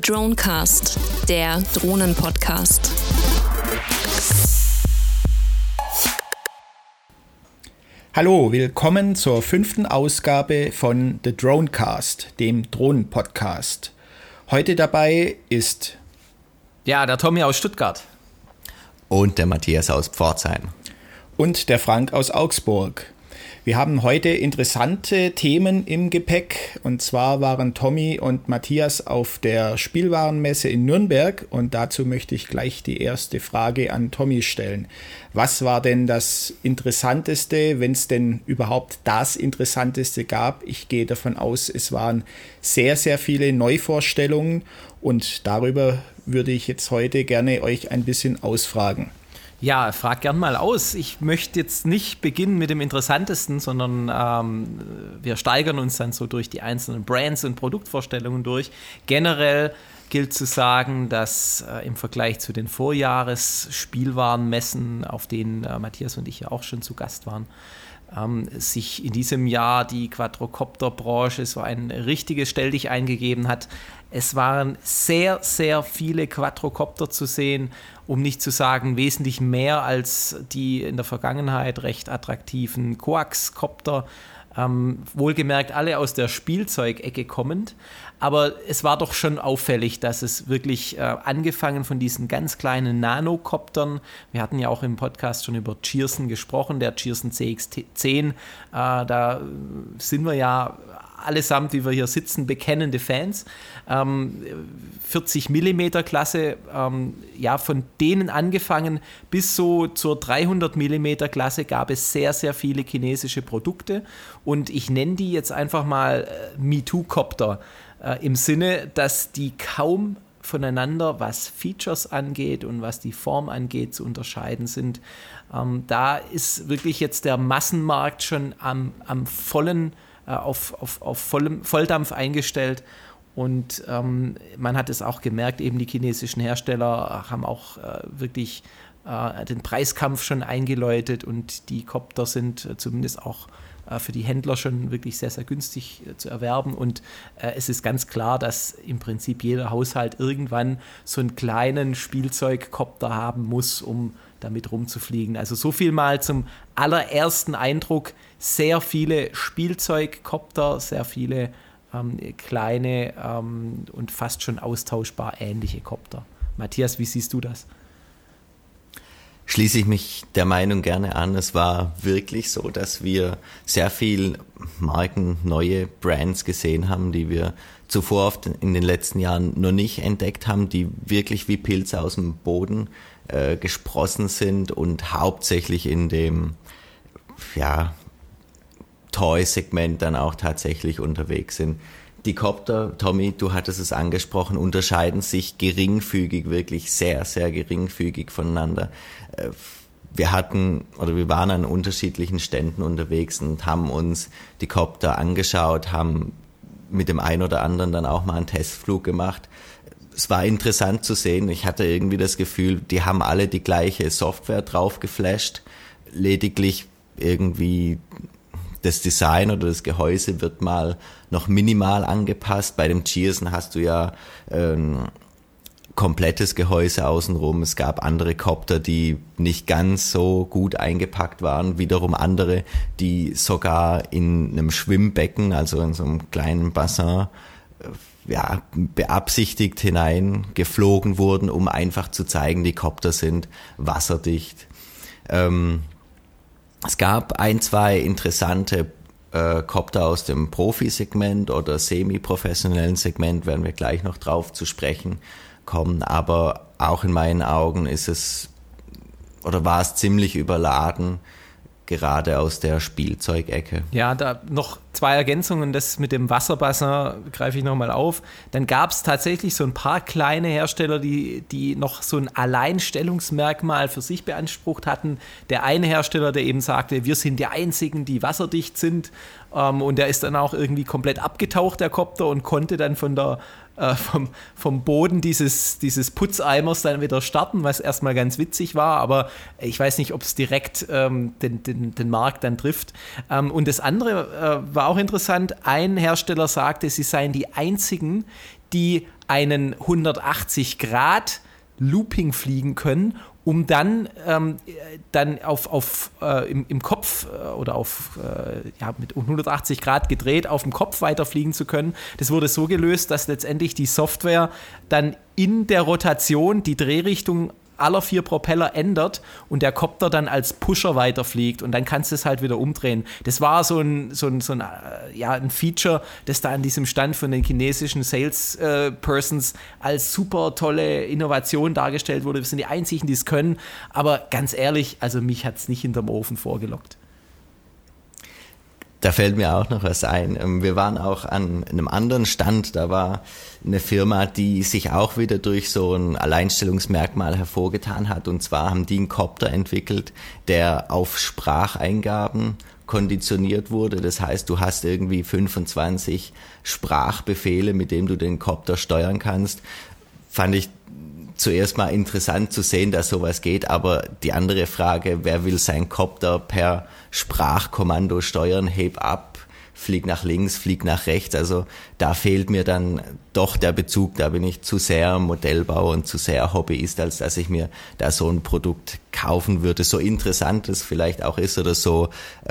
Dronecast, der Drohnen-Podcast. Hallo, willkommen zur 5. Ausgabe von The Dronecast, dem Drohnen-Podcast. Heute dabei ist der Tommy aus Stuttgart. Und der Matthias aus Pforzheim. Und der Frank aus Augsburg. Wir haben heute interessante Themen im Gepäck. Und zwar waren Tommy und Matthias auf der Spielwarenmesse in Nürnberg. Und dazu möchte ich gleich die erste Frage an Tommy stellen. Was war denn das Interessanteste, wenn es denn überhaupt das Interessanteste gab? Ich gehe davon aus, es waren sehr, sehr viele Neuvorstellungen. Und darüber würde ich jetzt heute gerne euch ein bisschen ausfragen. Ja, frag gern mal aus. Ich möchte jetzt nicht beginnen mit dem Interessantesten, sondern wir steigern uns dann so durch die einzelnen Brands und Produktvorstellungen durch. Generell gilt zu sagen, dass im Vergleich zu den Vorjahres-Spielwarenmessen, auf denen Matthias und ich ja auch schon zu Gast waren, sich in diesem Jahr die Quadrocopter-Branche so ein richtiges Stelldich eingegeben hat. Es waren sehr, sehr viele Quadrocopter zu sehen, um nicht zu sagen wesentlich mehr als die in der Vergangenheit recht attraktiven Coax-Copter. Wohlgemerkt alle aus der Spielzeugecke kommend, aber es war doch schon auffällig, dass es wirklich angefangen von diesen ganz kleinen Nanocoptern, wir hatten ja auch im Podcast schon über Cheerson gesprochen, der Cheerson CX-10, da sind wir ja allesamt, wie wir hier sitzen, bekennende Fans. 40 mm Klasse, von denen angefangen bis so zur 300 mm Klasse gab es sehr, sehr viele chinesische Produkte und ich nenne die jetzt einfach mal MeToo-Copter im Sinne, dass die kaum voneinander, was Features angeht und was die Form angeht, zu unterscheiden sind. Da ist wirklich jetzt der Massenmarkt schon am vollen auf Volldampf eingestellt und man hat es auch gemerkt, eben die chinesischen Hersteller haben auch wirklich den Preiskampf schon eingeläutet und die Copter sind zumindest auch für die Händler schon wirklich sehr, sehr günstig zu erwerben und es ist ganz klar, dass im Prinzip jeder Haushalt irgendwann so einen kleinen Spielzeugcopter haben muss, um damit rumzufliegen. Also so viel mal zum allerersten Eindruck. Sehr viele Spielzeugcopter, sehr viele kleine und fast schon austauschbar ähnliche Copter. Matthias, wie siehst du das? Schließe ich mich der Meinung gerne an. Es war wirklich so, dass wir sehr viel Marken, neue Brands gesehen haben, die wir zuvor in den letzten Jahren noch nicht entdeckt haben, die wirklich wie Pilze aus dem Boden gesprossen sind und hauptsächlich in dem Toy-Segment dann auch tatsächlich unterwegs sind. Die Copter, Tommy, du hattest es angesprochen, unterscheiden sich geringfügig, wirklich sehr, sehr geringfügig voneinander. Wir waren an unterschiedlichen Ständen unterwegs und haben uns die Copter angeschaut, haben mit dem einen oder anderen dann auch mal einen Testflug gemacht. Es war interessant zu sehen. Ich hatte irgendwie das Gefühl, die haben alle die gleiche Software drauf geflasht. Lediglich irgendwie das Design oder das Gehäuse wird mal noch minimal angepasst. Bei dem Cheerson hast du ja komplettes Gehäuse außenrum. Es gab andere Copter, die nicht ganz so gut eingepackt waren. Wiederum andere, die sogar in einem Schwimmbecken, also in so einem kleinen Bassin, beabsichtigt hineingeflogen wurden, um einfach zu zeigen, die Copter sind wasserdicht. Es gab 2 interessante Copter aus dem Profi-Segment oder semi-professionellen Segment, werden wir gleich noch drauf zu sprechen kommen, aber auch in meinen Augen war es ziemlich überladen, gerade aus der Spielzeugecke. Ja, da noch 2 Ergänzungen, das mit dem Wasserbassin greife ich nochmal auf. Dann gab es tatsächlich so ein paar kleine Hersteller, die noch so ein Alleinstellungsmerkmal für sich beansprucht hatten. Der eine Hersteller, der eben sagte, wir sind die einzigen, die wasserdicht sind und der ist dann auch irgendwie komplett abgetaucht, der Copter, und konnte dann von der vom Boden dieses Putzeimers dann wieder starten, was erstmal ganz witzig war, aber ich weiß nicht, ob es direkt den Markt dann trifft. Und das andere war auch interessant, ein Hersteller sagte, sie seien die einzigen, die einen 180 Grad Looping fliegen können, um dann im Kopf oder mit 180 Grad gedreht auf dem Kopf weiterfliegen zu können. Das wurde so gelöst, dass letztendlich die Software dann in der Rotation die Drehrichtung aller 4 Propeller ändert und der Kopter dann als Pusher weiterfliegt und dann kannst du es halt wieder umdrehen. Das war so ein Feature, das da an diesem Stand von den chinesischen Salespersons als super tolle Innovation dargestellt wurde. Wir sind die Einzigen, die es können, aber ganz ehrlich, also mich hat es nicht hinterm Ofen vorgelockt. Da fällt mir auch noch was ein. Wir waren auch an einem anderen Stand, da war eine Firma, die sich auch wieder durch so ein Alleinstellungsmerkmal hervorgetan hat. Und zwar haben die einen Copter entwickelt, der auf Spracheingaben konditioniert wurde. Das heißt, du hast irgendwie 25 Sprachbefehle, mit denen du den Copter steuern kannst. Fand ich zuerst mal interessant zu sehen, dass sowas geht, aber die andere Frage, wer will seinen Copter per Sprachkommando steuern, heb ab, flieg nach links, flieg nach rechts, also da fehlt mir dann doch der Bezug, da bin ich zu sehr Modellbauer und zu sehr Hobbyist, als dass ich mir da so ein Produkt kaufen würde, so interessant es vielleicht auch ist oder so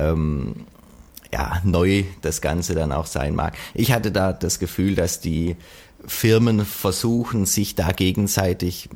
neu das Ganze dann auch sein mag. Ich hatte da das Gefühl, dass die Firmen versuchen, sich da gegenseitig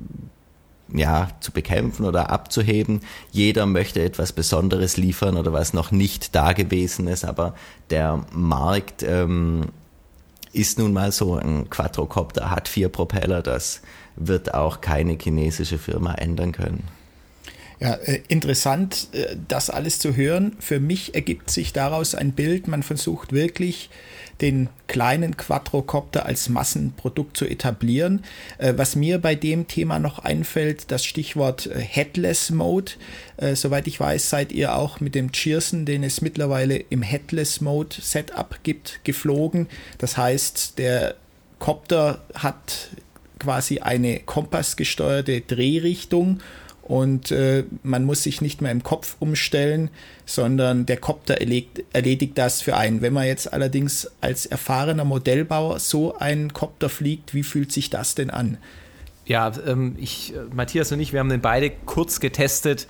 zu bekämpfen oder abzuheben. Jeder möchte etwas Besonderes liefern oder was noch nicht da gewesen ist, aber der Markt ist nun mal so, ein Quadrocopter hat 4 Propeller, das wird auch keine chinesische Firma ändern können. Ja, interessant, das alles zu hören. Für mich ergibt sich daraus ein Bild, man versucht wirklich, den kleinen Quadrocopter als Massenprodukt zu etablieren. Was mir bei dem Thema noch einfällt, das Stichwort Headless Mode. Soweit ich weiß, seid ihr auch mit dem Cheerson, den es mittlerweile im Headless Mode Setup gibt, geflogen. Das heißt, der Copter hat quasi eine kompassgesteuerte Drehrichtung und man muss sich nicht mehr im Kopf umstellen, sondern der Copter erledigt das für einen. Wenn man jetzt allerdings als erfahrener Modellbauer so einen Copter fliegt, wie fühlt sich das denn an? Ja, Matthias und ich, wir haben den beide kurz getestet.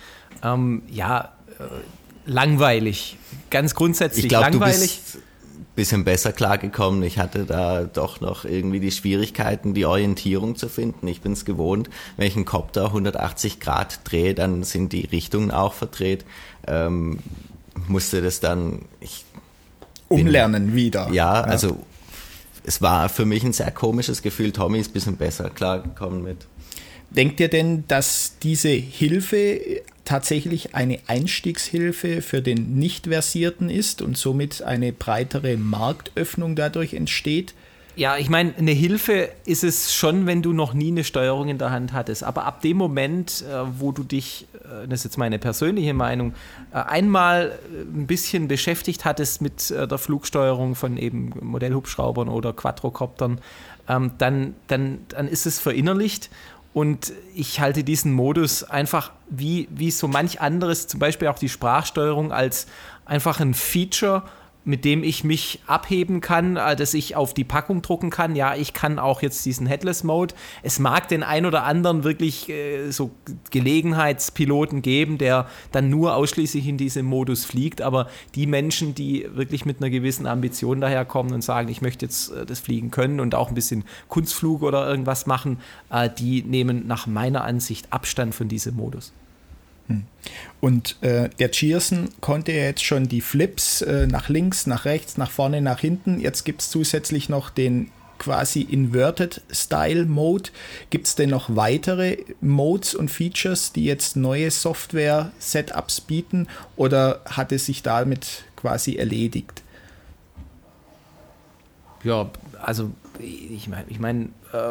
Langweilig. Ganz grundsätzlich langweilig. Du bist ein bisschen besser klargekommen. Ich hatte da doch noch irgendwie die Schwierigkeiten, die Orientierung zu finden. Ich bin es gewohnt, wenn ich einen Copter 180 Grad drehe, dann sind die Richtungen auch verdreht. Musste das dann umlernen wieder. Ja, also es war für mich ein sehr komisches Gefühl. Tommy ist ein bisschen besser klargekommen mit. Denkt ihr denn, dass diese Hilfe tatsächlich eine Einstiegshilfe für den Nicht-Versierten ist und somit eine breitere Marktöffnung dadurch entsteht? Ja, ich meine, eine Hilfe ist es schon, wenn du noch nie eine Steuerung in der Hand hattest. Aber ab dem Moment, wo du dich, das ist jetzt meine persönliche Meinung, einmal ein bisschen beschäftigt hattest mit der Flugsteuerung von eben Modellhubschraubern oder Quadrocoptern, dann ist es verinnerlicht. Und ich halte diesen Modus einfach wie so manch anderes, zum Beispiel auch die Sprachsteuerung, als einfach ein Feature, mit dem ich mich abheben kann, dass ich auf die Packung drucken kann. Ja, ich kann auch jetzt diesen Headless-Mode. Es mag den ein oder anderen wirklich so Gelegenheitspiloten geben, der dann nur ausschließlich in diesem Modus fliegt, aber die Menschen, die wirklich mit einer gewissen Ambition daherkommen und sagen, ich möchte jetzt das Fliegen können und auch ein bisschen Kunstflug oder irgendwas machen, die nehmen nach meiner Ansicht Abstand von diesem Modus. Und der Cheerson konnte ja jetzt schon die Flips nach links, nach rechts, nach vorne, nach hinten. Jetzt gibt es zusätzlich noch den quasi Inverted Style Mode. Gibt es denn noch weitere Modes und Features, die jetzt neue Software-Setups bieten, oder hat es sich damit quasi erledigt? Ja, also ich meine,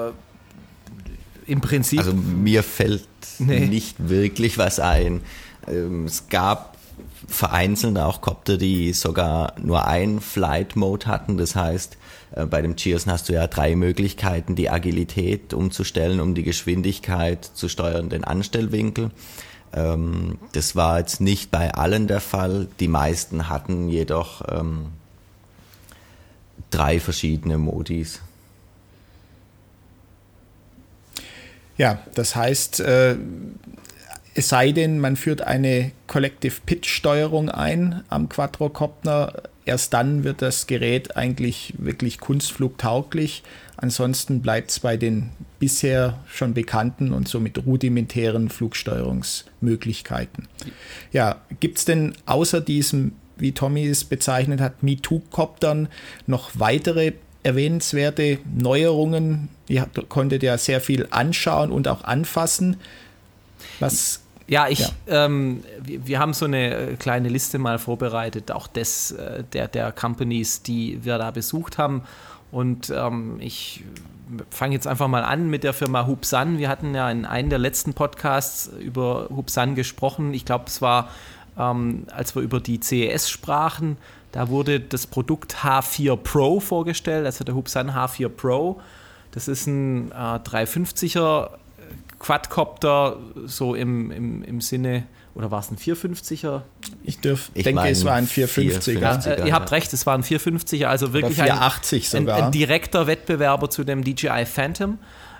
im Prinzip. Also mir fällt nicht wirklich was ein. Es gab vereinzelt auch Copter, die sogar nur ein Flight Mode hatten. Das heißt, bei dem Cheerson hast du ja 3 Möglichkeiten, die Agilität umzustellen, um die Geschwindigkeit zu steuern, den Anstellwinkel. Das war jetzt nicht bei allen der Fall. Die meisten hatten jedoch 3 verschiedene Modis. Ja, das heißt, es sei denn, man führt eine Collective Pitch Steuerung ein am Quadrocopter. Erst dann wird das Gerät eigentlich wirklich kunstflugtauglich. Ansonsten bleibt es bei den bisher schon bekannten und somit rudimentären Flugsteuerungsmöglichkeiten. Ja, gibt es denn außer diesem, wie Tommy es bezeichnet hat, MeToo-Coptern noch weitere erwähnenswerte Neuerungen? Ihr konntet ja sehr viel anschauen und auch anfassen. Wir haben so eine kleine Liste mal vorbereitet, auch der Companies, die wir da besucht haben. Und ich fange jetzt einfach mal an mit der Firma Hubsan. Wir hatten ja in einem der letzten Podcasts über Hubsan gesprochen. Ich glaube, es war, als wir über die CES sprachen, da wurde das Produkt H4 Pro vorgestellt, also der Hubsan H4 Pro. Das ist ein 350er Quadcopter, so im Sinne, oder war es ein 450er? Ich denke, es war ein 450er. Ihr habt recht, es war ein 450er, also wirklich 480 ein direkter Wettbewerber zu dem DJI Phantom.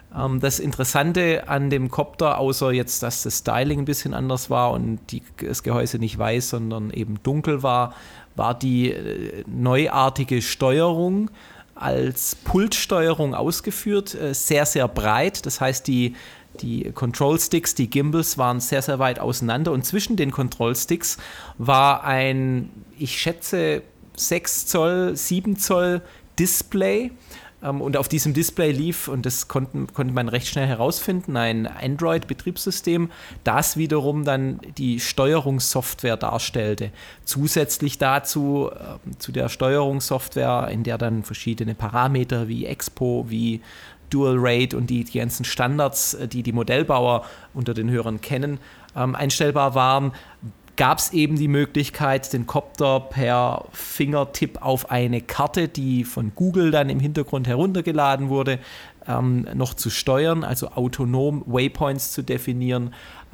Das Interessante an dem Copter, außer jetzt, dass das Styling ein bisschen anders war und das Gehäuse nicht weiß, sondern eben dunkel war die neuartige Steuerung als Pulssteuerung ausgeführt, sehr, sehr breit. Das heißt, die Control Sticks, die Gimbals waren sehr, sehr weit auseinander und zwischen den Control Sticks war ein, ich schätze, 6 Zoll, 7 Zoll Display. Und auf diesem Display lief, und das konnte man recht schnell herausfinden, ein Android-Betriebssystem, das wiederum dann die Steuerungssoftware darstellte. Zusätzlich dazu, zu der Steuerungssoftware, in der dann verschiedene Parameter wie Expo, wie Dual Rate und die ganzen Standards, die Modellbauer unter den Hörern kennen, einstellbar waren, gab es eben die Möglichkeit, den Copter per Fingertipp auf eine Karte, die von Google dann im Hintergrund heruntergeladen wurde, noch zu steuern, also autonom Waypoints zu definieren.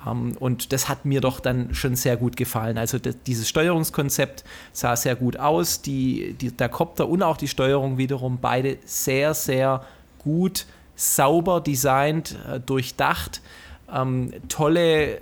Und das hat mir doch dann schon sehr gut gefallen. Also dieses Steuerungskonzept sah sehr gut aus. Der Copter und auch die Steuerung wiederum beide sehr, sehr gut, sauber designt, durchdacht. Eine tolle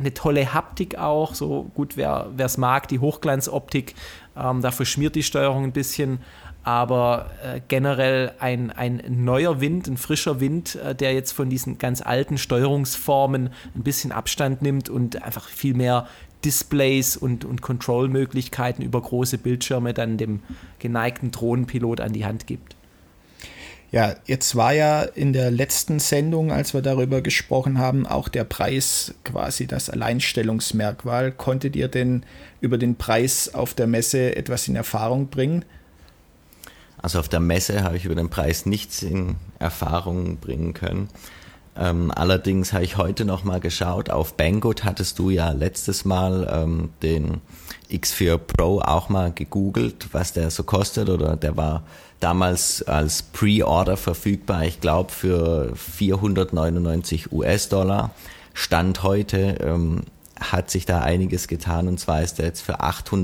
Haptik auch, so gut, wer es mag, die Hochglanzoptik, da verschmiert die Steuerung ein bisschen, aber generell ein neuer Wind, ein frischer Wind, der jetzt von diesen ganz alten Steuerungsformen ein bisschen Abstand nimmt und einfach viel mehr Displays und Control-Möglichkeiten über große Bildschirme dann dem geneigten Drohnenpilot an die Hand gibt. Ja, jetzt war ja in der letzten Sendung, als wir darüber gesprochen haben, auch der Preis quasi das Alleinstellungsmerkmal. Konntet ihr denn über den Preis auf der Messe etwas in Erfahrung bringen? Also auf der Messe habe ich über den Preis nichts in Erfahrung bringen können. Allerdings habe ich heute noch mal geschaut, auf Banggood hattest du ja letztes Mal den X4 Pro auch mal gegoogelt, was der so kostet, oder der war damals als Pre-Order verfügbar, ich glaube für $499. Stand heute hat sich da einiges getan, und zwar ist er jetzt für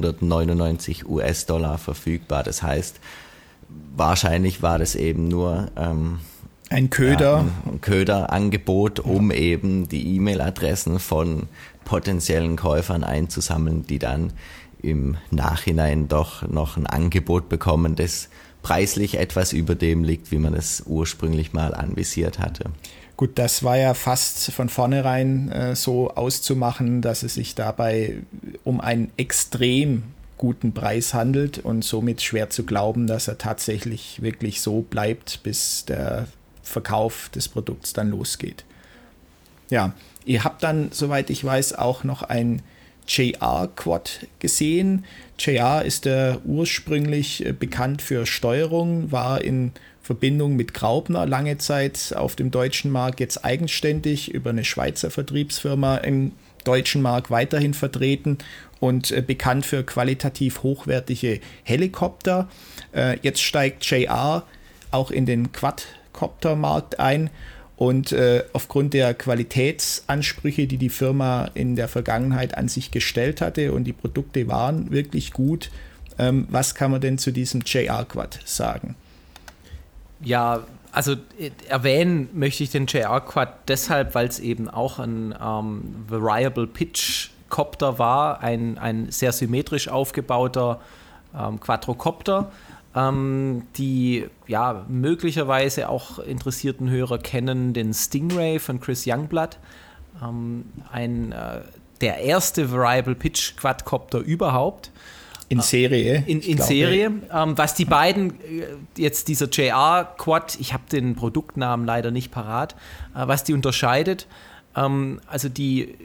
$899 verfügbar. Das heißt, wahrscheinlich war das eben nur ein Köder. Ein Köderangebot, um eben die E-Mail-Adressen von potenziellen Käufern einzusammeln, die dann im Nachhinein doch noch ein Angebot bekommen, das preislich etwas über dem liegt, wie man es ursprünglich mal anvisiert hatte. Gut, das war ja fast von vornherein so auszumachen, dass es sich dabei um einen extrem guten Preis handelt und somit schwer zu glauben, dass er tatsächlich wirklich so bleibt, bis der Verkauf des Produkts dann losgeht. Ja, ihr habt dann, soweit ich weiß, auch noch ein JR-Quad gesehen. JR ist ursprünglich bekannt für Steuerung, war in Verbindung mit Graupner lange Zeit auf dem deutschen Markt, jetzt eigenständig über eine Schweizer Vertriebsfirma im deutschen Markt weiterhin vertreten und bekannt für qualitativ hochwertige Helikopter. Jetzt steigt JR auch in den Quadcopter-Markt ein und aufgrund der Qualitätsansprüche, die die Firma in der Vergangenheit an sich gestellt hatte und die Produkte waren wirklich gut, was kann man denn zu diesem JR Quad sagen? Ja, also erwähnen möchte ich den JR Quad deshalb, weil es eben auch ein Variable Pitch Copter war, ein sehr symmetrisch aufgebauter Quadrocopter, die ja möglicherweise auch interessierten Hörer kennen, den Stingray von Chris Youngblood, der erste Variable Pitch Quadcopter überhaupt. In Serie. In Serie. Was die beiden, jetzt dieser JR Quad, ich habe den Produktnamen leider nicht parat, was die unterscheidet, also die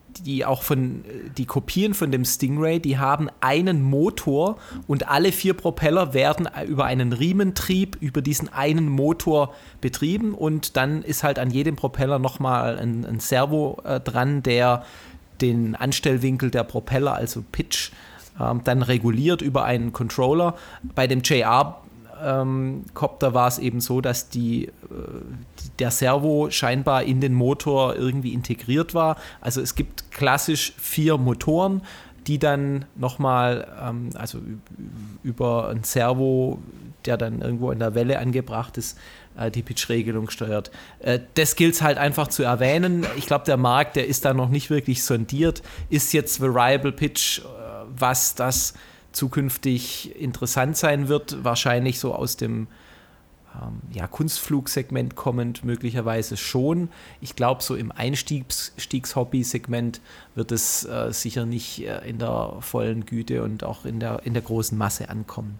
Kopien von dem Stingray, die haben einen Motor und alle 4 Propeller werden über einen Riementrieb über diesen einen Motor betrieben und dann ist halt an jedem Propeller nochmal ein Servo dran, der den Anstellwinkel der Propeller, also Pitch, dann reguliert über einen Controller. Bei dem JR-Copter war es eben so, dass der Servo scheinbar in den Motor irgendwie integriert war. Also es gibt klassisch 4 Motoren, die dann nochmal, also über ein Servo, der dann irgendwo in der Welle angebracht ist, die Pitch-Regelung steuert. Das gilt es halt einfach zu erwähnen. Ich glaube, der Markt, der ist da noch nicht wirklich sondiert. Ist jetzt Variable Pitch, was das zukünftig interessant sein wird, wahrscheinlich so aus dem Kunstflugsegment kommend möglicherweise schon. Ich glaube, so im Einstiegshobby-Segment wird es sicher nicht in der vollen Güte und auch in der großen Masse ankommen.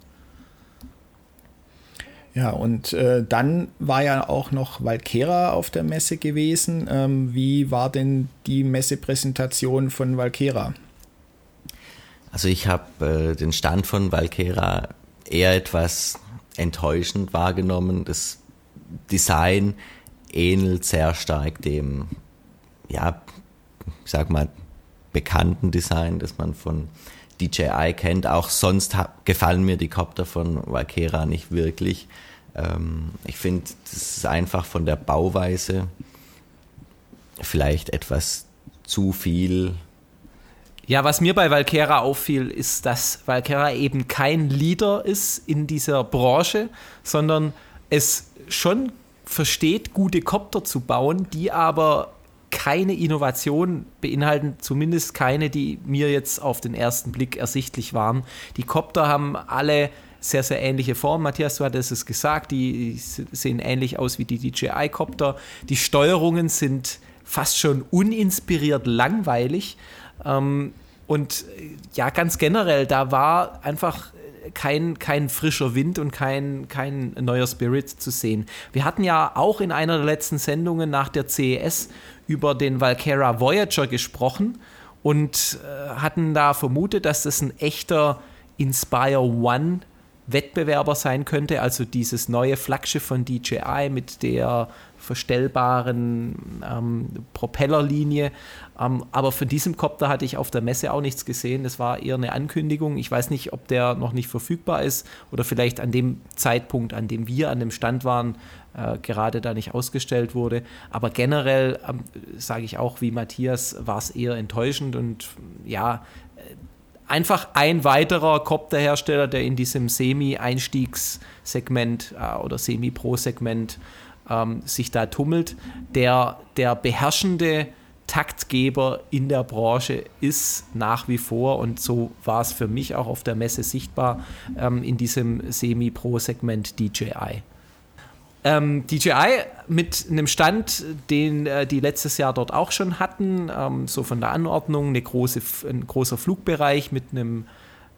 Ja, und dann war ja auch noch Valkera auf der Messe gewesen. Wie war denn die Messepräsentation von Valkera? Also ich habe den Stand von Valkera eher etwas enttäuschend wahrgenommen. Das Design ähnelt sehr stark dem, ja, ich sag mal, bekannten Design, das man von DJI kennt. Auch sonst gefallen mir die Copter von Valkera nicht wirklich. Ich finde, das ist einfach von der Bauweise vielleicht etwas zu viel. Ja, was mir bei Valkera auffiel, ist, dass Valkera eben kein Leader ist in dieser Branche, sondern es schon versteht, gute Copter zu bauen, die aber keine Innovation beinhalten, zumindest keine, die mir jetzt auf den ersten Blick ersichtlich waren. Die Copter haben alle sehr, sehr ähnliche Formen. Matthias, du hattest es gesagt, die sehen ähnlich aus wie die DJI-Copter. Die Steuerungen sind fast schon uninspiriert langweilig. Und ja, ganz generell, da war einfach kein frischer Wind und kein neuer Spirit zu sehen. Wir hatten ja auch in einer der letzten Sendungen nach der CES über den Valkera Voyager gesprochen und hatten da vermutet, dass das ein echter Inspire One Wettbewerber sein könnte, also dieses neue Flaggschiff von DJI mit der verstellbaren Propellerlinie. Aber von diesem Copter hatte ich auf der Messe auch nichts gesehen. Das war eher eine Ankündigung. Ich weiß nicht, ob der noch nicht verfügbar ist oder vielleicht an dem Zeitpunkt, an dem wir an dem Stand waren, gerade da nicht ausgestellt wurde. Aber generell, sage ich auch wie Matthias, war es eher enttäuschend und ja, einfach ein weiterer Copter-Hersteller, der in diesem Semi-Einstiegssegment oder Semi-Pro-Segment sich da tummelt. Der beherrschende Taktgeber in der Branche ist nach wie vor, und so war es für mich auch auf der Messe sichtbar, in diesem Semi-Pro-Segment DJI. DJI mit einem Stand, den die letztes Jahr dort auch schon hatten, so von der Anordnung, ein großer Flugbereich mit einem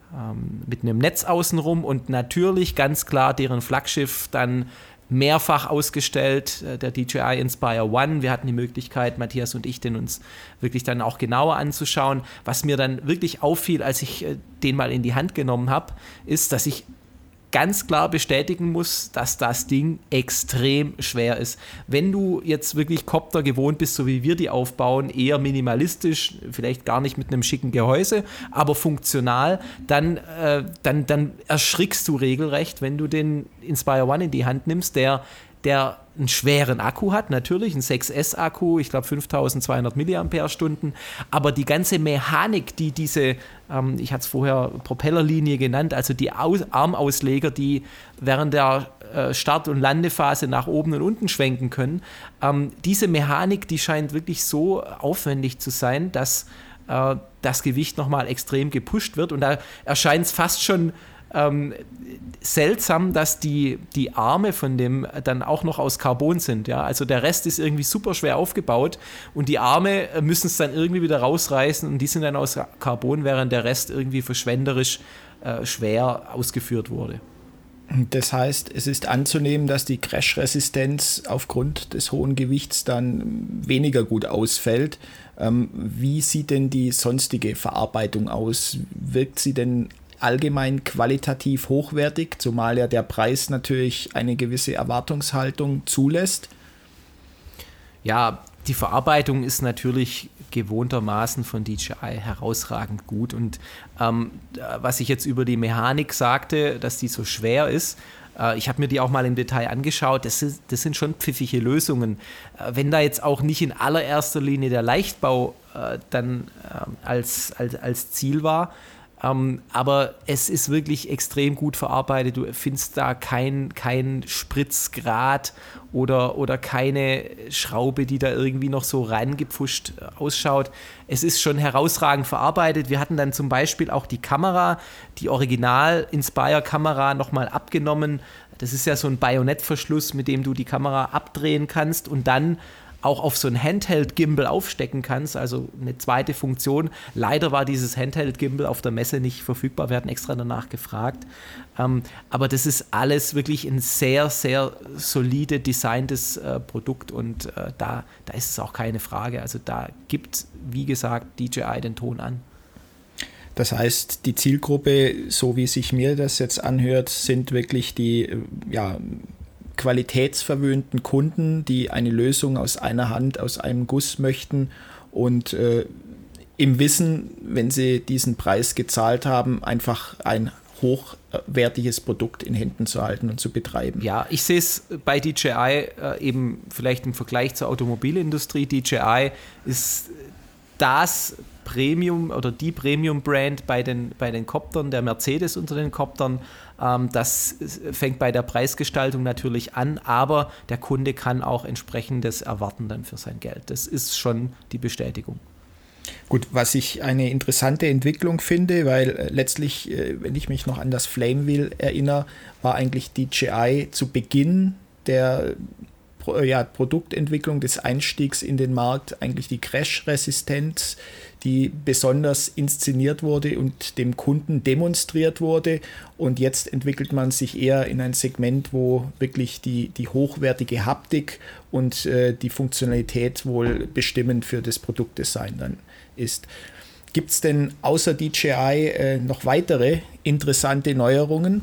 Netz außenrum und natürlich ganz klar deren Flaggschiff dann mehrfach ausgestellt, der DJI Inspire One. Wir hatten die Möglichkeit, Matthias und ich, den uns wirklich dann auch genauer anzuschauen. Was mir dann wirklich auffiel, als ich den mal in die Hand genommen habe, ist, dass ich ganz klar bestätigen muss, dass das Ding extrem schwer ist. Wenn du jetzt wirklich Copter gewohnt bist, so wie wir die aufbauen, eher minimalistisch, vielleicht gar nicht mit einem schicken Gehäuse, aber funktional, dann erschrickst du regelrecht, wenn du den Inspire One in die Hand nimmst, der einen schweren Akku hat, natürlich, ein 6S-Akku, ich glaube 5200 mAh, aber die ganze Mechanik, die diese, ich hatte es vorher Propellerlinie genannt, also die Armausleger, die während der Start- und Landephase nach oben und unten schwenken können, diese Mechanik, die scheint wirklich so aufwendig zu sein, dass das Gewicht nochmal extrem gepusht wird und da erscheint es fast schon seltsam, dass die Arme von dem dann auch noch aus Carbon sind. Ja? Also der Rest ist irgendwie super schwer aufgebaut und die Arme müssen es dann irgendwie wieder rausreißen und die sind dann aus Carbon, während der Rest irgendwie verschwenderisch schwer ausgeführt wurde. Das heißt, es ist anzunehmen, dass die Crash-Resistenz aufgrund des hohen Gewichts dann weniger gut ausfällt. Wie sieht denn die sonstige Verarbeitung aus? Wirkt sie denn allgemein qualitativ hochwertig, zumal ja der Preis natürlich eine gewisse Erwartungshaltung zulässt? Ja, die Verarbeitung ist natürlich gewohntermaßen von DJI herausragend gut und was ich jetzt über die Mechanik sagte, dass die so schwer ist, ich habe mir die auch mal im Detail angeschaut, das sind schon pfiffige Lösungen. Wenn da jetzt auch nicht in allererster Linie der Leichtbau dann als Ziel war, aber es ist wirklich extrem gut verarbeitet. Du findest da kein Spritzgrad oder keine Schraube, die da irgendwie noch so reingepfuscht ausschaut. Es ist schon herausragend verarbeitet. Wir hatten dann zum Beispiel auch die Kamera, die Original-Inspire-Kamera nochmal abgenommen. Das ist ja so ein Bajonettverschluss, mit dem du die Kamera abdrehen kannst und dann auch auf so ein Handheld-Gimbal aufstecken kannst, also eine zweite Funktion. Leider war dieses Handheld-Gimbal auf der Messe nicht verfügbar, wir hatten extra danach gefragt. Aber das ist alles wirklich ein sehr, sehr solide designtes Produkt und da ist es auch keine Frage. Also da gibt, wie gesagt, DJI den Ton an. Das heißt, die Zielgruppe, so wie sich mir das jetzt anhört, sind wirklich die qualitätsverwöhnten Kunden, die eine Lösung aus einer Hand, aus einem Guss möchten und im Wissen, wenn sie diesen Preis gezahlt haben, einfach ein hochwertiges Produkt in Händen zu halten und zu betreiben. Ja, ich sehe es bei DJI eben vielleicht im Vergleich zur Automobilindustrie. DJI ist das Premium oder die Premium-Brand bei den Koptern, der Mercedes unter den Koptern. Das fängt bei der Preisgestaltung natürlich an, aber der Kunde kann auch entsprechendes erwarten dann für sein Geld. Das ist schon die Bestätigung. Gut, was ich eine interessante Entwicklung finde, weil letztlich, wenn ich mich noch an das Flamewheel erinnere, war eigentlich DJI zu Beginn der Produktentwicklung des Einstiegs in den Markt eigentlich die Crash-Resistenz, die besonders inszeniert wurde und dem Kunden demonstriert wurde. Und jetzt entwickelt man sich eher in ein Segment, wo wirklich die hochwertige Haptik und die Funktionalität wohl bestimmend für das Produktdesign dann ist. Gibt es denn außer DJI noch weitere interessante Neuerungen?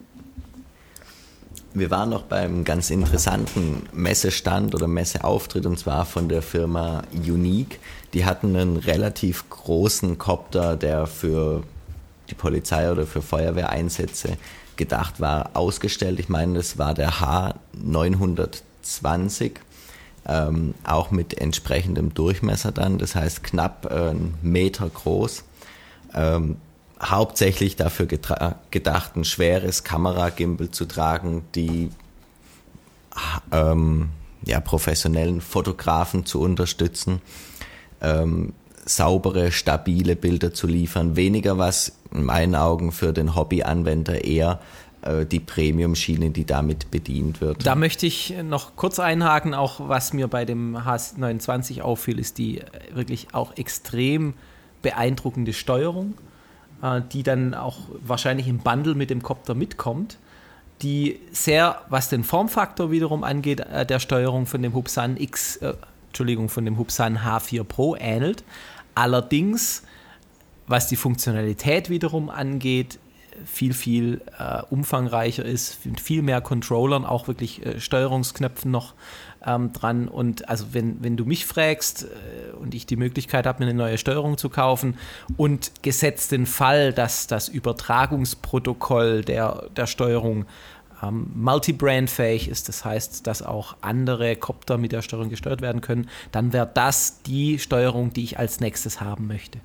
Wir waren noch beim ganz interessanten Messestand oder Messeauftritt und zwar von der Firma Yuneec. Die hatten einen relativ großen Kopter, der für die Polizei oder für Feuerwehreinsätze gedacht war, ausgestellt. Ich meine, das war der H920, auch mit entsprechendem Durchmesser dann, das heißt knapp 1 Meter groß. Hauptsächlich dafür gedacht, ein schweres Kameragimbal zu tragen, die professionellen Fotografen zu unterstützen, saubere, stabile Bilder zu liefern. Weniger was in meinen Augen für den Hobbyanwender, eher die Premium-Schiene, die damit bedient wird. Da möchte ich noch kurz einhaken, auch was mir bei dem H920 auffiel, ist die wirklich auch extrem beeindruckende Steuerung, die dann auch wahrscheinlich im Bundle mit dem Kopter mitkommt, die sehr, was den Formfaktor wiederum angeht, der Steuerung von dem Hubsan H4 Pro ähnelt. Allerdings, was die Funktionalität wiederum angeht, viel umfangreicher ist, mit viel mehr Controllern, auch wirklich Steuerungsknöpfen noch dran. Und also wenn du mich fragst und ich die Möglichkeit habe, mir eine neue Steuerung zu kaufen und gesetzt den Fall, dass das Übertragungsprotokoll der Steuerung multibrandfähig ist, das heißt, dass auch andere Copter mit der Steuerung gesteuert werden können, dann wäre das die Steuerung, die ich als nächstes haben möchte.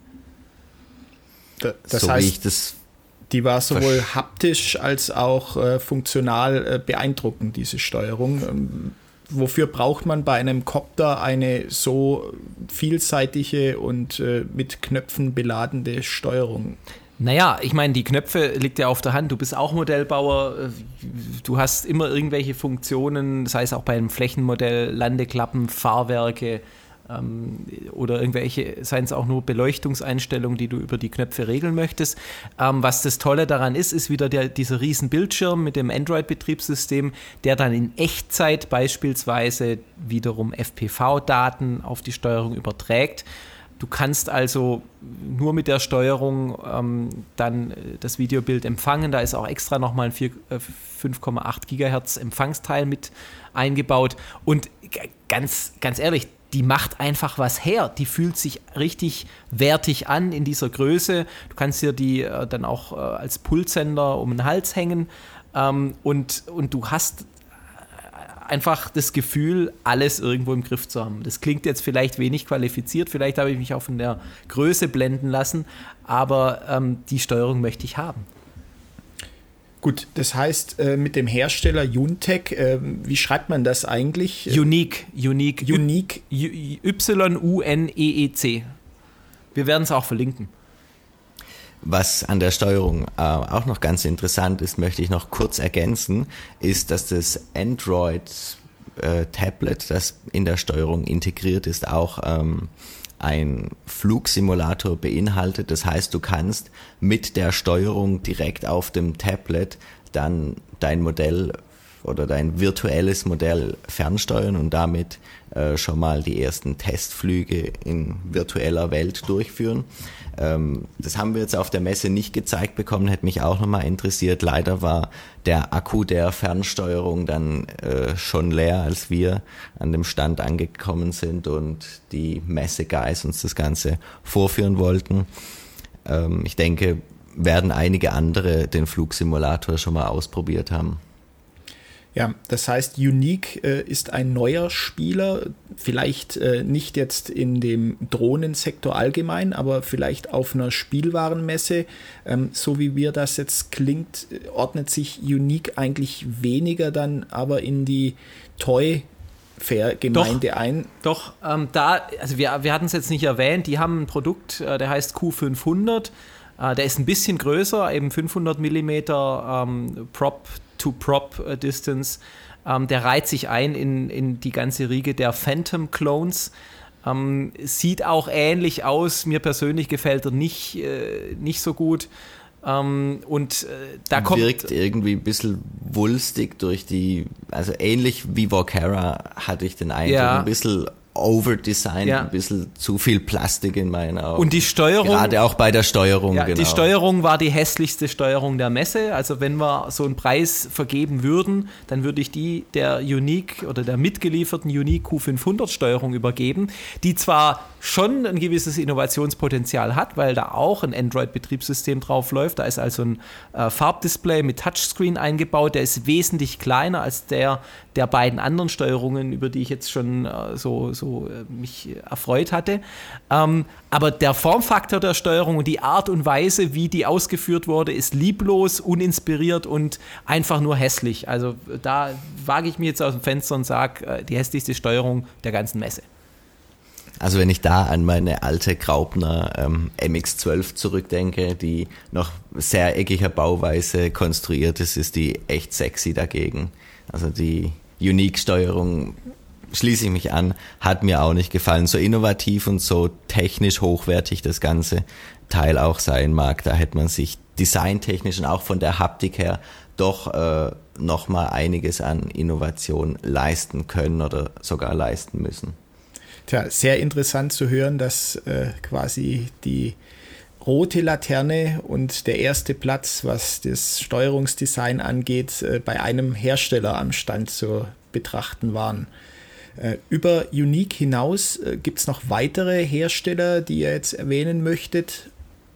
Das heißt, die war sowohl haptisch als auch funktional beeindruckend, diese Steuerung. Wofür braucht man bei einem Copter eine so vielseitige und mit Knöpfen beladene Steuerung? Naja, ich meine, die Knöpfe liegt ja auf der Hand. Du bist auch Modellbauer. Du hast immer irgendwelche Funktionen, das heißt auch bei einem Flächenmodell, Landeklappen, Fahrwerke oder irgendwelche, seien es auch nur Beleuchtungseinstellungen, die du über die Knöpfe regeln möchtest. Was das Tolle daran ist wieder dieser riesen Bildschirm mit dem Android-Betriebssystem, der dann in Echtzeit beispielsweise wiederum FPV-Daten auf die Steuerung überträgt. Du kannst also nur mit der Steuerung dann das Videobild empfangen. Da ist auch extra nochmal ein 5,8 Gigahertz Empfangsteil mit eingebaut. Und ganz ehrlich, die macht einfach was her. Die fühlt sich richtig wertig an in dieser Größe. Du kannst dir die dann auch als Pulssender um den Hals hängen. Und du hast einfach das Gefühl, alles irgendwo im Griff zu haben. Das klingt jetzt vielleicht wenig qualifiziert, vielleicht habe ich mich auch von der Größe blenden lassen, aber die Steuerung möchte ich haben. Gut, das heißt, mit dem Hersteller Yuntech, wie schreibt man das eigentlich? Unique. Unique. Y-U-N-E-E-C. Wir werden es auch verlinken. Was an der Steuerung auch noch ganz interessant ist, möchte ich noch kurz ergänzen, ist, dass das Android-Tablet, das in der Steuerung integriert ist, auch ein Flugsimulator beinhaltet. Das heißt, du kannst mit der Steuerung direkt auf dem Tablet dann dein Modell oder dein virtuelles Modell fernsteuern und damit schon mal die ersten Testflüge in virtueller Welt durchführen. Das haben wir jetzt auf der Messe nicht gezeigt bekommen, hätte mich auch nochmal interessiert. Leider war der Akku der Fernsteuerung dann schon leer, als wir an dem Stand angekommen sind und die Messe-Guys uns das Ganze vorführen wollten. Ich denke, werden einige andere den Flugsimulator schon mal ausprobiert haben. Ja, das heißt, Unique ist ein neuer Spieler, vielleicht nicht jetzt in dem Drohnensektor allgemein, aber vielleicht auf einer Spielwarenmesse. So wie mir das jetzt klingt, ordnet sich Unique eigentlich weniger dann aber in die Toy-Fair-Gemeinde ein. Doch, also wir hatten es jetzt nicht erwähnt, die haben ein Produkt, der heißt Q500. Der ist ein bisschen größer, eben 500 mm Prop-to-Prop-Distance. Der reiht sich ein in die ganze Riege der Phantom Clones. Sieht auch ähnlich aus. Mir persönlich gefällt er nicht so gut. Da wirkt irgendwie ein bisschen wulstig durch also ähnlich wie Volterra hatte ich den Eindruck, ein bisschen overdesigned, ein bisschen zu viel Plastik in meinen Augen. Und die Steuerung... Gerade auch bei der Steuerung, genau. Die Steuerung war die hässlichste Steuerung der Messe. Also wenn wir so einen Preis vergeben würden, dann würde ich die der Unique oder der mitgelieferten Unique Q500 Steuerung übergeben, die zwar schon ein gewisses Innovationspotenzial hat, weil da auch ein Android-Betriebssystem drauf läuft. Da ist also ein Farbdisplay mit Touchscreen eingebaut. Der ist wesentlich kleiner als der beiden anderen Steuerungen, über die ich jetzt schon mich erfreut hatte. Aber der Formfaktor der Steuerung und die Art und Weise, wie die ausgeführt wurde, ist lieblos, uninspiriert und einfach nur hässlich. Also da wage ich mir jetzt aus dem Fenster und sage, die hässlichste Steuerung der ganzen Messe. Also wenn ich da an meine alte Graupner MX-12 zurückdenke, die noch sehr eckiger Bauweise konstruiert ist die echt sexy dagegen. Also die Unique-Steuerung, schließe ich mich an, hat mir auch nicht gefallen. So innovativ und so technisch hochwertig das ganze Teil auch sein mag, da hätte man sich designtechnisch und auch von der Haptik her doch nochmal einiges an Innovation leisten können oder sogar leisten müssen. Tja, sehr interessant zu hören, dass quasi die rote Laterne und der erste Platz, was das Steuerungsdesign angeht, bei einem Hersteller am Stand zu betrachten waren. Über Unique hinaus gibt es noch weitere Hersteller, die ihr jetzt erwähnen möchtet?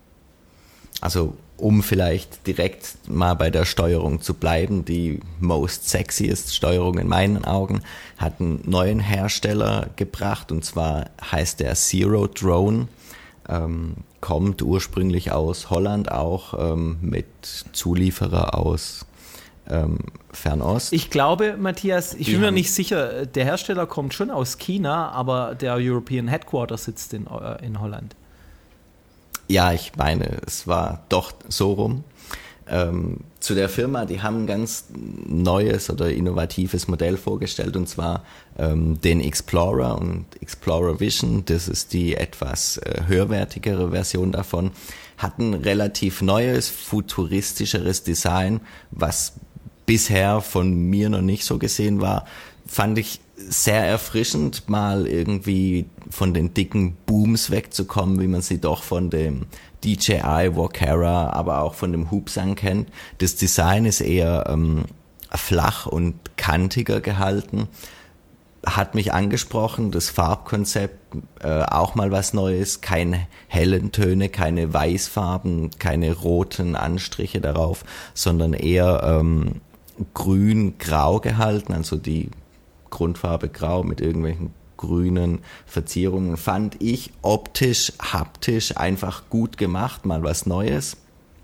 Also um vielleicht direkt mal bei der Steuerung zu bleiben, die most sexiest Steuerung in meinen Augen hat einen neuen Hersteller gebracht, und zwar heißt der Zero Drone, kommt ursprünglich aus Holland auch, mit Zulieferer aus Fernost. Ich glaube, Matthias, ich bin mir nicht sicher, der Hersteller kommt schon aus China, aber der European Headquarter sitzt in Holland. Ja, ich meine, es war doch so rum. Zu der Firma, die haben ein ganz neues oder innovatives Modell vorgestellt, und zwar den Explorer und Explorer Vision. Das ist die etwas höherwertigere Version davon. Hat ein relativ neues, futuristischeres Design, was bisher von mir noch nicht so gesehen war. Fand ich sehr erfrischend, mal irgendwie von den dicken Booms wegzukommen, wie man sie doch von dem DJI Walkera, aber auch von dem Hubsan kennt. Das Design ist eher flach und kantiger gehalten. Hat mich angesprochen, das Farbkonzept, auch mal was Neues, keine hellen Töne, keine Weißfarben, keine roten Anstriche darauf, sondern eher grün-grau gehalten, also die Grundfarbe grau mit irgendwelchen grünen Verzierungen. Fand ich optisch, haptisch einfach gut gemacht, mal was Neues.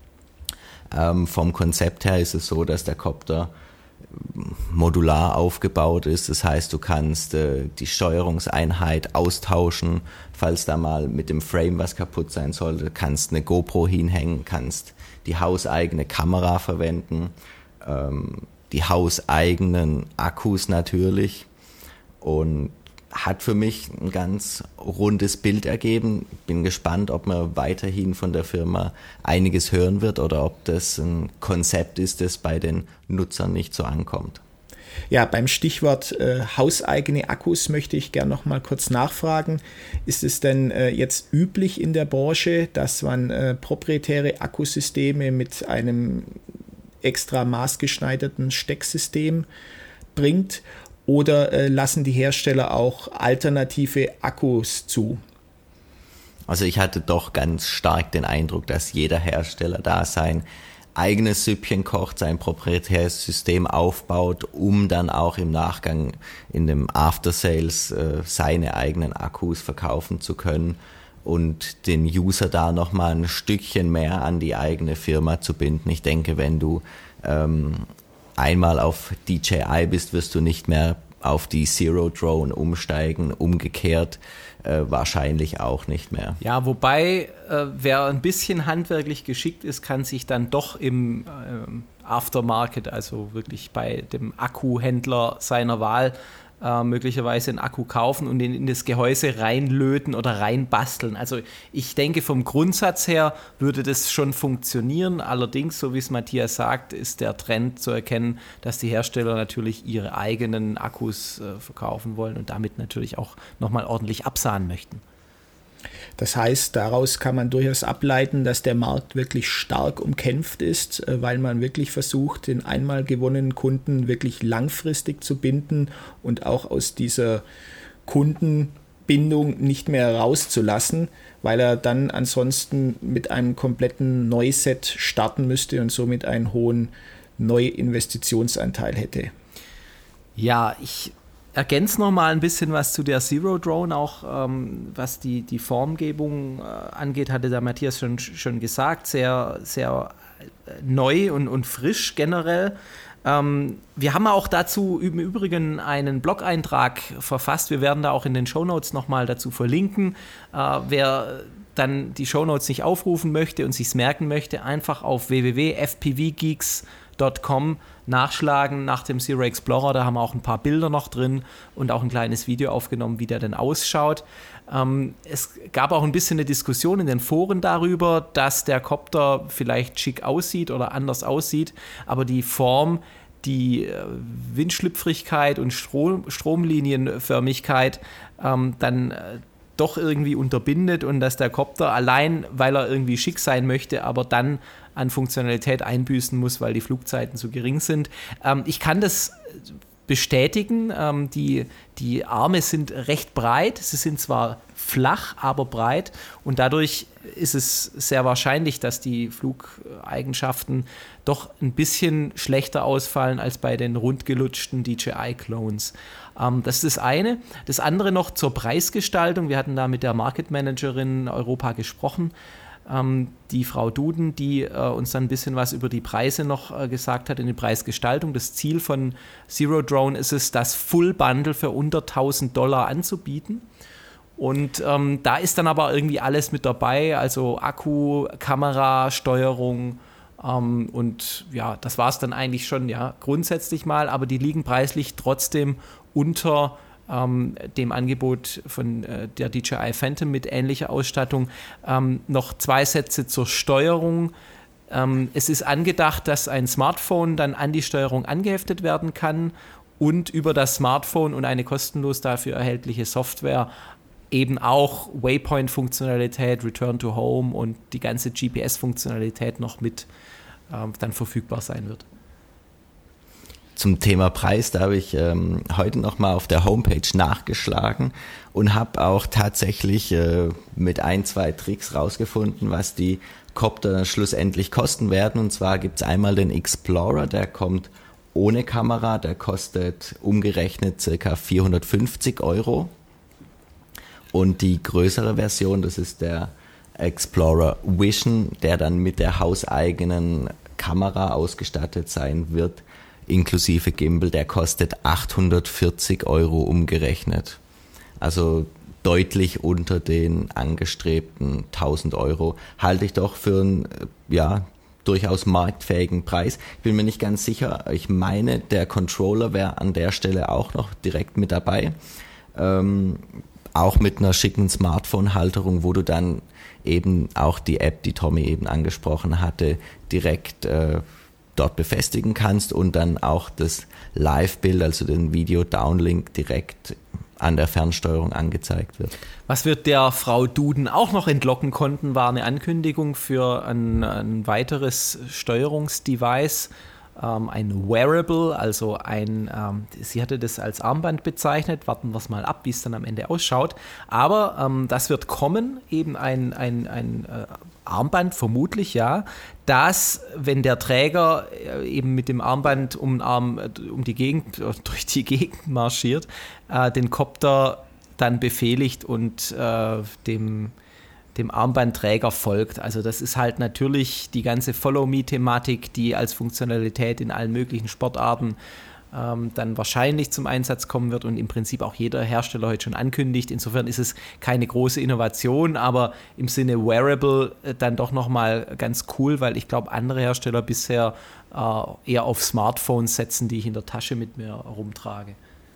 Vom Konzept her ist es so, dass der Copter modular aufgebaut ist. Das heißt, du kannst die Steuerungseinheit austauschen, falls da mal mit dem Frame was kaputt sein sollte. Du kannst eine GoPro hinhängen, kannst die hauseigene Kamera verwenden, die hauseigenen Akkus natürlich, und hat für mich ein ganz rundes Bild ergeben. Bin gespannt, ob man weiterhin von der Firma einiges hören wird oder ob das ein Konzept ist, das bei den Nutzern nicht so ankommt. Ja, beim Stichwort hauseigene Akkus möchte ich gerne noch mal kurz nachfragen. Ist es denn jetzt üblich in der Branche, dass man proprietäre Akkusysteme mit einem extra maßgeschneiderten Stecksystem bringt, oder lassen die Hersteller auch alternative Akkus zu? Also ich hatte doch ganz stark den Eindruck, dass jeder Hersteller da sein eigenes Süppchen kocht, sein proprietäres System aufbaut, um dann auch im Nachgang in dem After-Sales seine eigenen Akkus verkaufen zu können und den User da nochmal ein Stückchen mehr an die eigene Firma zu binden. Ich denke, wenn du einmal auf DJI bist, wirst du nicht mehr auf die Zero Drone umsteigen, umgekehrt wahrscheinlich auch nicht mehr. Ja, wobei, wer ein bisschen handwerklich geschickt ist, kann sich dann doch im Aftermarket, also wirklich bei dem Akkuhändler seiner Wahl, möglicherweise einen Akku kaufen und ihn in das Gehäuse reinlöten oder reinbasteln. Also ich denke, vom Grundsatz her würde das schon funktionieren. Allerdings, so wie es Matthias sagt, ist der Trend zu erkennen, dass die Hersteller natürlich ihre eigenen Akkus verkaufen wollen und damit natürlich auch nochmal ordentlich absahnen möchten. Das heißt, daraus kann man durchaus ableiten, dass der Markt wirklich stark umkämpft ist, weil man wirklich versucht, den einmal gewonnenen Kunden wirklich langfristig zu binden und auch aus dieser Kundenbindung nicht mehr rauszulassen, weil er dann ansonsten mit einem kompletten Neuset starten müsste und somit einen hohen Neuinvestitionsanteil hätte. Ja, ich ergänze noch mal ein bisschen was zu der Zero Drone, auch was die Formgebung angeht, hatte der Matthias schon gesagt, sehr, sehr neu und frisch generell. Wir haben auch dazu im Übrigen einen Blog-Eintrag verfasst, wir werden da auch in den Shownotes noch mal dazu verlinken. Wer dann die Shownotes nicht aufrufen möchte und sich's merken möchte, einfach auf www.fpvgeeks.com nachschlagen nach dem Zero Explorer, da haben wir auch ein paar Bilder noch drin und auch ein kleines Video aufgenommen, wie der denn ausschaut. Es gab auch ein bisschen eine Diskussion in den Foren darüber, dass der Copter vielleicht schick aussieht oder anders aussieht, aber die Form, die Windschlüpfrigkeit und Stromlinienförmigkeit dann doch irgendwie unterbindet und dass der Copter allein, weil er irgendwie schick sein möchte, aber dann an Funktionalität einbüßen muss, weil die Flugzeiten zu gering sind. Ich kann das bestätigen. Die Arme sind recht breit. Sie sind zwar flach, aber breit. Und dadurch ist es sehr wahrscheinlich, dass die Flugeigenschaften doch ein bisschen schlechter ausfallen als bei den rundgelutschten DJI-Clones. Das ist das eine. Das andere noch zur Preisgestaltung. Wir hatten da mit der Market Managerin Europa gesprochen, die Frau Duden, die uns dann ein bisschen was über die Preise noch gesagt hat in der Preisgestaltung. Das Ziel von Zero Drone ist es, das Full Bundle für unter $1.000 anzubieten. Und da ist dann aber irgendwie alles mit dabei, also Akku, Kamera, Steuerung und ja, das war es dann eigentlich schon, ja, grundsätzlich mal, aber die liegen preislich trotzdem unter dem Angebot von der DJI Phantom mit ähnlicher Ausstattung. Noch 2 Sätze zur Steuerung. Es ist angedacht, dass ein Smartphone dann an die Steuerung angeheftet werden kann und über das Smartphone und eine kostenlos dafür erhältliche Software eben auch Waypoint-Funktionalität, Return to Home und die ganze GPS-Funktionalität noch mit dann verfügbar sein wird. Zum Thema Preis, da habe ich heute nochmal auf der Homepage nachgeschlagen und habe auch tatsächlich mit 1-2 Tricks rausgefunden, was die Copter schlussendlich kosten werden. Und zwar gibt es einmal den Explorer, der kommt ohne Kamera, der kostet umgerechnet ca. 450 €. Und die größere Version, das ist der Explorer Vision, der dann mit der hauseigenen Kamera ausgestattet sein wird, inklusive Gimbal, der kostet 840 € umgerechnet. Also deutlich unter den angestrebten 1.000 €. Halte ich doch für einen, durchaus marktfähigen Preis. Ich bin mir nicht ganz sicher. Ich meine, der Controller wäre an der Stelle auch noch direkt mit dabei. Auch mit einer schicken Smartphone-Halterung, wo du dann eben auch die App, die Tommy eben angesprochen hatte, direkt dort befestigen kannst und dann auch das Live-Bild, also den Video-Downlink direkt an der Fernsteuerung angezeigt wird. Was wir der Frau Duden auch noch entlocken konnten, war eine Ankündigung für ein weiteres Steuerungsdevice, ein Wearable, also sie hatte das als Armband bezeichnet, warten wir es mal ab, wie es dann am Ende ausschaut, aber das wird kommen, eben ein Armband vermutlich, ja, das, wenn der Träger eben mit dem Armband durch die Gegend marschiert, den Copter dann befehligt und dem Armbandträger folgt. Also das ist halt natürlich die ganze Follow-Me-Thematik, die als Funktionalität in allen möglichen Sportarten dann wahrscheinlich zum Einsatz kommen wird und im Prinzip auch jeder Hersteller heute schon ankündigt. Insofern ist es keine große Innovation, aber im Sinne Wearable dann doch nochmal ganz cool, weil ich glaube, andere Hersteller bisher eher auf Smartphones setzen, die ich in der Tasche mit mir rumtrage.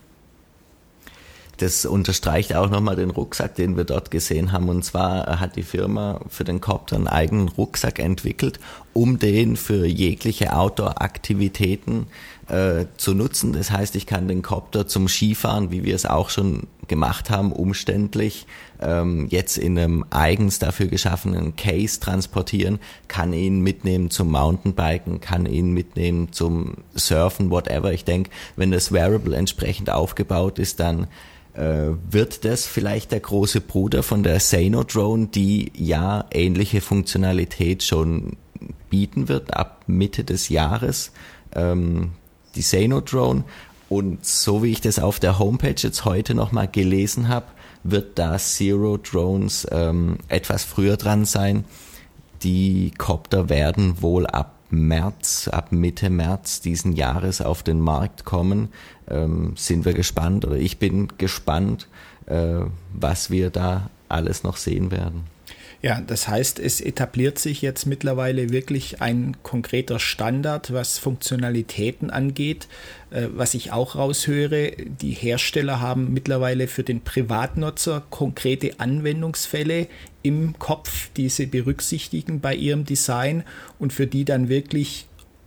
Das unterstreicht auch nochmal den Rucksack, den wir dort gesehen haben. Und zwar hat die Firma für den Copter einen eigenen Rucksack entwickelt, um den für jegliche Outdoor-Aktivitäten zu nutzen. Das heißt, ich kann den Copter zum Skifahren, wie wir es auch schon gemacht haben, umständlich jetzt in einem eigens dafür geschaffenen Case transportieren, kann ihn mitnehmen zum Mountainbiken, kann ihn mitnehmen zum Surfen, whatever. Ich denke, wenn das Wearable entsprechend aufgebaut ist, dann wird das vielleicht der große Bruder von der Sano Drone, die ja ähnliche Funktionalität schon bieten wird ab Mitte des Jahres, die Sano Drone. Und so wie ich das auf der Homepage jetzt heute nochmal gelesen habe, wird da Zero Drones etwas früher dran sein. Die Copter werden wohl ab Mitte März diesen Jahres auf den Markt kommen. Sind wir gespannt, oder ich bin gespannt, was wir da alles noch sehen werden. Ja, das heißt, es etabliert sich jetzt mittlerweile wirklich ein konkreter Standard, was Funktionalitäten angeht. Was ich auch raushöre, die Hersteller haben mittlerweile für den Privatnutzer konkrete Anwendungsfälle im Kopf, die sie berücksichtigen bei ihrem Design und für die dann wirklich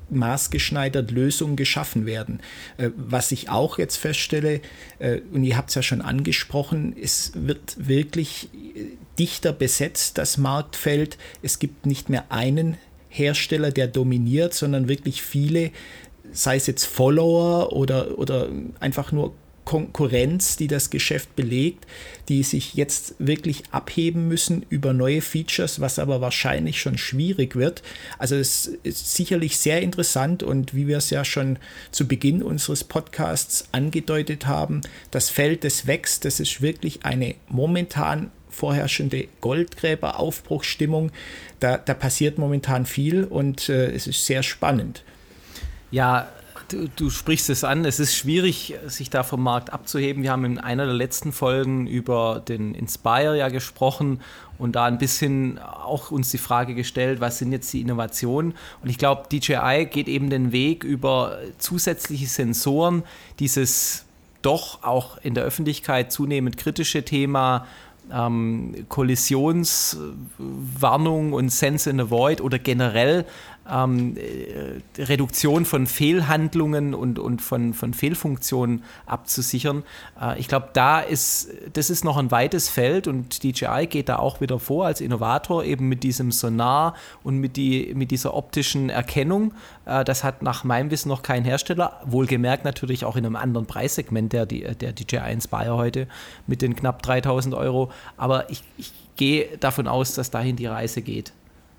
maßgeschneidert Lösungen geschaffen werden. Was ich auch jetzt feststelle, und ihr habt es ja schon angesprochen, es wird wirklich dichter besetzt, das Marktfeld. Es gibt nicht mehr einen Hersteller, der dominiert, sondern wirklich viele, sei es jetzt Follower oder einfach nur Konkurrenz, die das Geschäft belegt, die sich jetzt wirklich abheben müssen über neue Features, was aber wahrscheinlich schon schwierig wird. Also es ist sicherlich sehr interessant und wie wir es ja schon zu Beginn unseres Podcasts angedeutet haben, das Feld, das wächst, das ist wirklich eine momentan vorherrschende Goldgräber-Aufbruchsstimmung. Da passiert momentan viel und es ist sehr spannend. Ja, du sprichst es an, es ist schwierig, sich da vom Markt abzuheben. Wir haben in einer der letzten Folgen über den Inspire ja gesprochen und da ein bisschen auch uns die Frage gestellt, was sind jetzt die Innovationen? Und ich glaube, DJI geht eben den Weg über zusätzliche Sensoren, dieses doch auch in der Öffentlichkeit zunehmend kritische Thema Kollisionswarnung und Sense and Avoid oder generell Reduktion von Fehlhandlungen und von Fehlfunktionen abzusichern. Ich glaube, das ist noch ein weites Feld und DJI geht da auch wieder vor als Innovator eben mit diesem Sonar und mit dieser optischen Erkennung. Das hat nach meinem Wissen noch kein Hersteller, wohlgemerkt natürlich auch in einem anderen Preissegment, der DJI Inspire heute mit den knapp 3.000 €. Aber ich gehe davon aus, dass dahin die Reise geht.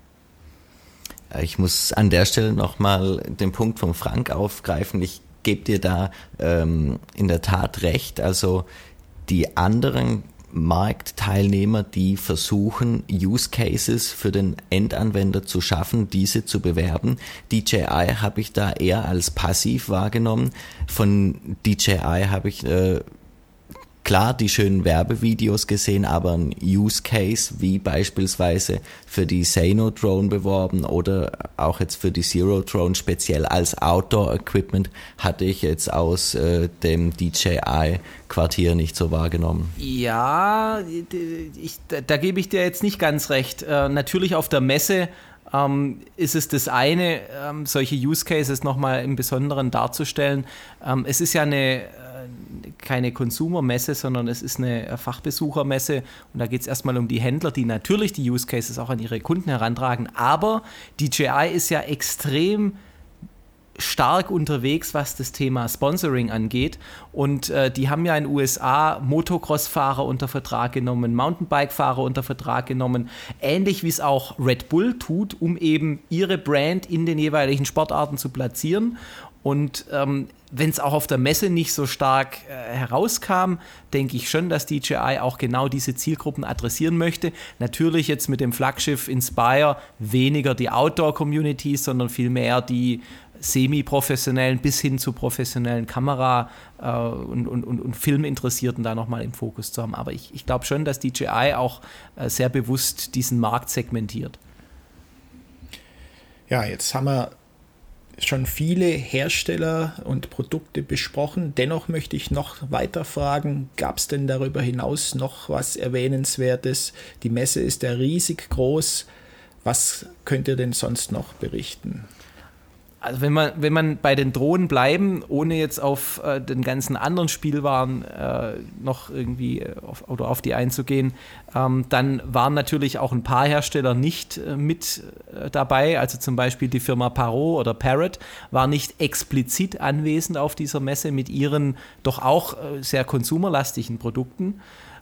Ich muss an der Stelle nochmal den Punkt von Frank aufgreifen. Ich gebe dir da in der Tat recht. Also die anderen Marktteilnehmer, die versuchen, Use Cases für den Endanwender zu schaffen, diese zu bewerben. DJI habe ich da eher als passiv wahrgenommen. Von DJI habe ich klar die schönen Werbevideos gesehen, aber ein Use Case wie beispielsweise für die Sano Drone beworben oder auch jetzt für die Zero Drone speziell als Outdoor Equipment hatte ich jetzt aus dem DJI Quartier nicht so wahrgenommen. Ja, da gebe ich dir jetzt nicht ganz recht. Natürlich auf der Messe ist es das eine, solche Use Cases nochmal im Besonderen darzustellen. Es ist ja keine Consumer-Messe, sondern es ist eine Fachbesuchermesse und da geht es erstmal um die Händler, die natürlich die Use Cases auch an ihre Kunden herantragen, aber DJI ist ja extrem stark unterwegs, was das Thema Sponsoring angeht und die haben ja in den USA Motocross-Fahrer unter Vertrag genommen, Mountainbike-Fahrer unter Vertrag genommen, ähnlich wie es auch Red Bull tut, um eben ihre Brand in den jeweiligen Sportarten zu platzieren. Und wenn es auch auf der Messe nicht so stark herauskam, denke ich schon, dass DJI auch genau diese Zielgruppen adressieren möchte. Natürlich jetzt mit dem Flaggschiff Inspire weniger die Outdoor-Community, sondern vielmehr die semi-professionellen bis hin zu professionellen Kamera- und Filminteressierten da nochmal im Fokus zu haben. Aber ich glaube schon, dass DJI auch sehr bewusst diesen Markt segmentiert. Ja, jetzt haben wir schon viele Hersteller und Produkte besprochen. Dennoch möchte ich noch weiter fragen, gab es denn darüber hinaus noch was Erwähnenswertes? Die Messe ist ja riesig groß. Was könnt ihr denn sonst noch berichten? Also wenn man bei den Drohnen bleiben, ohne jetzt auf den ganzen anderen Spielwaren noch irgendwie auf die einzugehen, dann waren natürlich auch ein paar Hersteller nicht mit dabei, also zum Beispiel die Firma Parrot war nicht explizit anwesend auf dieser Messe mit ihren doch auch sehr konsumerlastigen Produkten.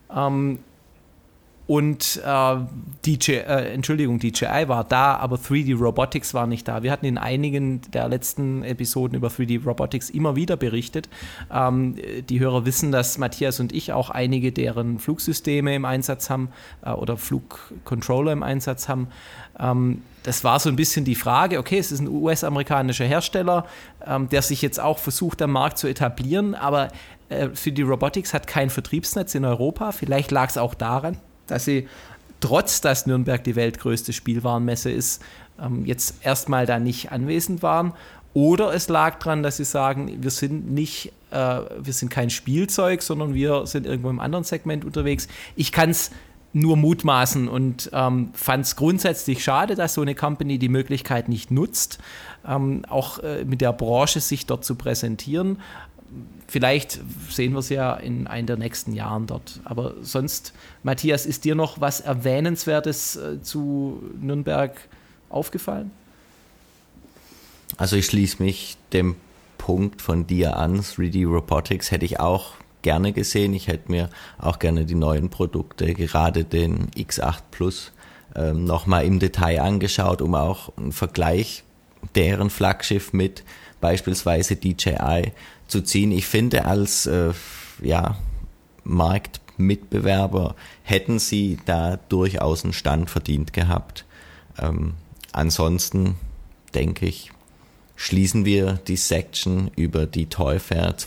Und DJI war da, aber 3D Robotics war nicht da. Wir hatten in einigen der letzten Episoden über 3D Robotics immer wieder berichtet. Die Hörer wissen, dass Matthias und ich auch einige deren Flugsysteme im Einsatz haben oder Flugcontroller im Einsatz haben. Das war so ein bisschen die Frage, okay, es ist ein US-amerikanischer Hersteller, der sich jetzt auch versucht, am Markt zu etablieren, aber 3D Robotics hat kein Vertriebsnetz in Europa. Vielleicht lag es auch daran, dass sie, trotz dass Nürnberg die weltgrößte Spielwarenmesse ist, jetzt erstmal da nicht anwesend waren. Oder es lag daran, dass sie sagen, wir sind kein Spielzeug, sondern wir sind irgendwo im anderen Segment unterwegs. Ich kann es nur mutmaßen und fand es grundsätzlich schade, dass so eine Company die Möglichkeit nicht nutzt, auch mit der Branche sich dort zu präsentieren. Vielleicht sehen wir es ja in einem der nächsten Jahren dort. Aber sonst, Matthias, ist dir noch was Erwähnenswertes zu Nürnberg aufgefallen? Also ich schließe mich dem Punkt von dir an. 3D Robotics hätte ich auch gerne gesehen. Ich hätte mir auch gerne die neuen Produkte, gerade den X8 Plus, nochmal im Detail angeschaut, um auch einen Vergleich deren Flaggschiff mit beispielsweise DJI zu ziehen. Ich finde, als Marktmitbewerber hätten sie da durchaus einen Stand verdient gehabt. Ansonsten denke ich, schließen wir die Section über die Toy Fair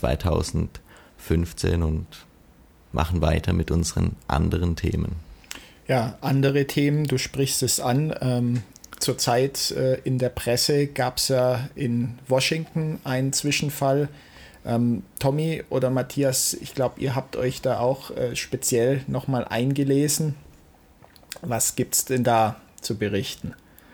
2015 und machen weiter mit unseren anderen Themen. Ja, andere Themen, du sprichst es an. Zurzeit in der Presse gab es ja in Washington einen Zwischenfall. Tommy oder Matthias, ich glaube, ihr habt euch da auch speziell nochmal eingelesen. Was gibt es denn da zu berichten?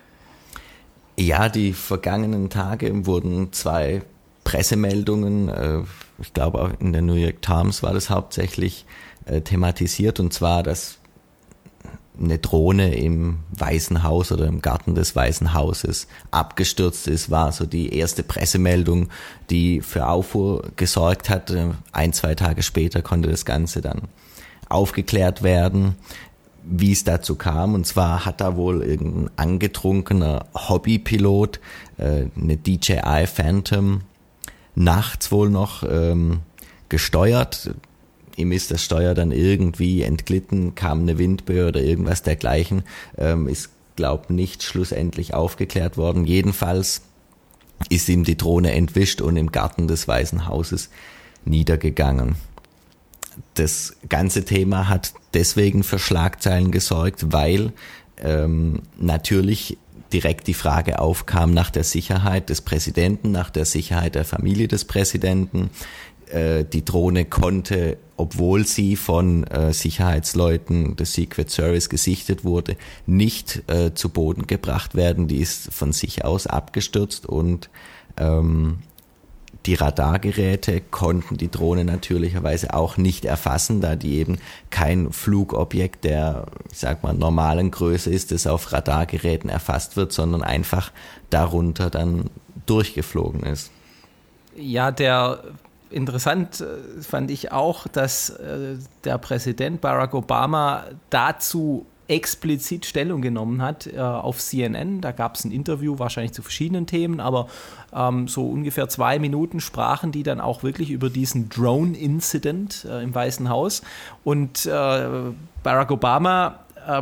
Ja, die vergangenen Tage wurden 2 Pressemeldungen, ich glaube auch in der New York Times war das hauptsächlich thematisiert, und zwar, dass eine Drohne im Weißen Haus oder im Garten des Weißen Hauses abgestürzt ist, war so die erste Pressemeldung, die für Aufruhr gesorgt hat. 1-2 Tage später konnte das Ganze dann aufgeklärt werden, wie es dazu kam. Und zwar hat da wohl irgendein angetrunkener Hobbypilot eine DJI Phantom nachts wohl noch gesteuert. Ihm ist das Steuer dann irgendwie entglitten, kam eine Windböe oder irgendwas dergleichen, ist, glaube nicht schlussendlich aufgeklärt worden. Jedenfalls ist ihm die Drohne entwischt und im Garten des Weißen Hauses niedergegangen. Das ganze Thema hat deswegen für Schlagzeilen gesorgt, weil natürlich direkt die Frage aufkam nach der Sicherheit des Präsidenten, nach der Sicherheit der Familie des Präsidenten. Die Drohne konnte, obwohl sie von Sicherheitsleuten des Secret Service gesichtet wurde, nicht zu Boden gebracht werden. Die ist von sich aus abgestürzt und die Radargeräte konnten die Drohne natürlicherweise auch nicht erfassen, da die eben kein Flugobjekt der, ich sag mal, normalen Größe ist, das auf Radargeräten erfasst wird, sondern einfach darunter dann durchgeflogen ist. Ja, interessant fand ich auch, dass der Präsident Barack Obama dazu explizit Stellung genommen hat auf CNN. Da gab es ein Interview, wahrscheinlich zu verschiedenen Themen, aber so ungefähr 2 Minuten sprachen die dann auch wirklich über diesen Drone-Incident im Weißen Haus. Und Barack Obama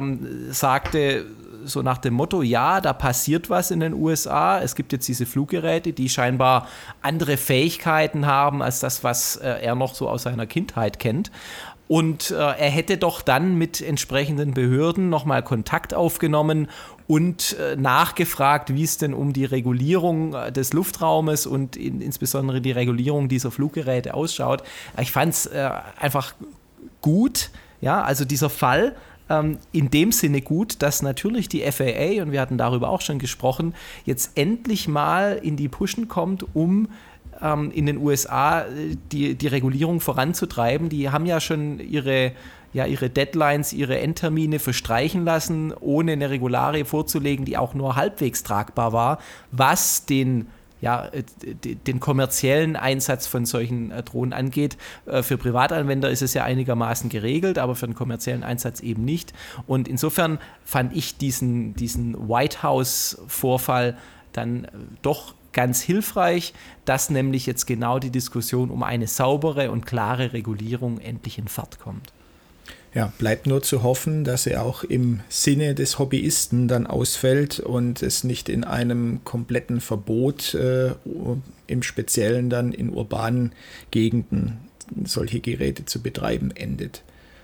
sagte so nach dem Motto, ja, da passiert was in den USA. Es gibt jetzt diese Fluggeräte, die scheinbar andere Fähigkeiten haben als das, was er noch so aus seiner Kindheit kennt. Und er hätte doch dann mit entsprechenden Behörden nochmal Kontakt aufgenommen und nachgefragt, wie es denn um die Regulierung des Luftraumes und insbesondere die Regulierung dieser Fluggeräte ausschaut. Ich fand es einfach gut, ja, also dieser Fall in dem Sinne gut, dass natürlich die FAA, und wir hatten darüber auch schon gesprochen, jetzt endlich mal in die Pushen kommt, um in den USA die Regulierung voranzutreiben. Die haben ja schon ihre Deadlines, ihre Endtermine verstreichen lassen, ohne eine Regularie vorzulegen, die auch nur halbwegs tragbar war, was den kommerziellen Einsatz von solchen Drohnen angeht. Für Privatanwender ist es ja einigermaßen geregelt, aber für den kommerziellen Einsatz eben nicht. Und insofern fand ich diesen White House-Vorfall dann doch ganz hilfreich, dass nämlich jetzt genau die Diskussion um eine saubere und klare Regulierung endlich in Fahrt kommt. Ja, bleibt nur zu hoffen, dass er auch im Sinne des Hobbyisten dann ausfällt und es nicht in einem kompletten Verbot im Speziellen dann in urbanen Gegenden solche Geräte zu betreiben endet.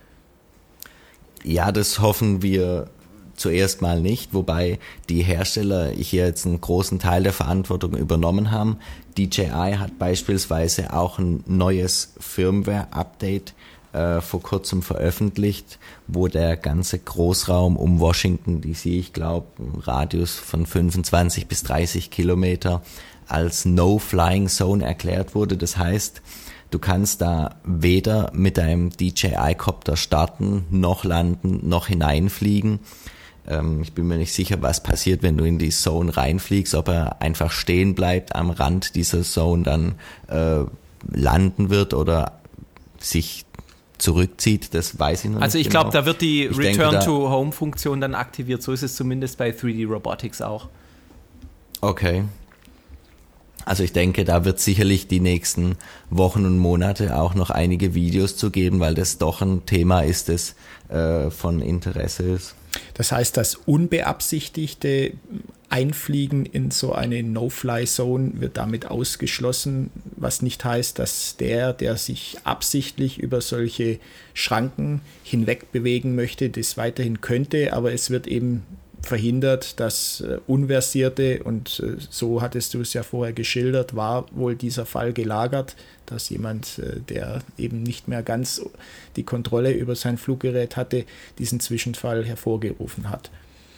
Ja, das hoffen wir zuerst mal nicht, wobei die Hersteller hier jetzt einen großen Teil der Verantwortung übernommen haben. DJI hat beispielsweise auch ein neues Firmware-Update vor kurzem veröffentlicht, wo der ganze Großraum um Washington DC, ich glaube, ein Radius von 25 bis 30 Kilometer, als No-Flying-Zone erklärt wurde. Das heißt, du kannst da weder mit deinem DJI-Copter starten, noch landen, noch hineinfliegen. Ich bin mir nicht sicher, was passiert, wenn du in die Zone reinfliegst, ob er einfach stehen bleibt am Rand dieser Zone, dann landen wird oder sich zurückzieht, das weiß ich noch nicht. Also ich glaube, genau. Da wird die Return-to-Home-Funktion dann aktiviert. So ist es zumindest bei 3D Robotics auch. Okay. Also ich denke, da wird sicherlich die nächsten Wochen und Monate auch noch einige Videos zu geben, weil das doch ein Thema ist, das von Interesse ist. Das heißt, das unbeabsichtigte Einfliegen in so eine No-Fly-Zone wird damit ausgeschlossen, was nicht heißt, dass der sich absichtlich über solche Schranken hinweg bewegen möchte, das weiterhin könnte, aber es wird eben verhindert, dass unversierte, und so hattest du es ja vorher geschildert, war wohl dieser Fall gelagert, dass jemand, der eben nicht mehr ganz die Kontrolle über sein Fluggerät hatte, diesen Zwischenfall hervorgerufen hat.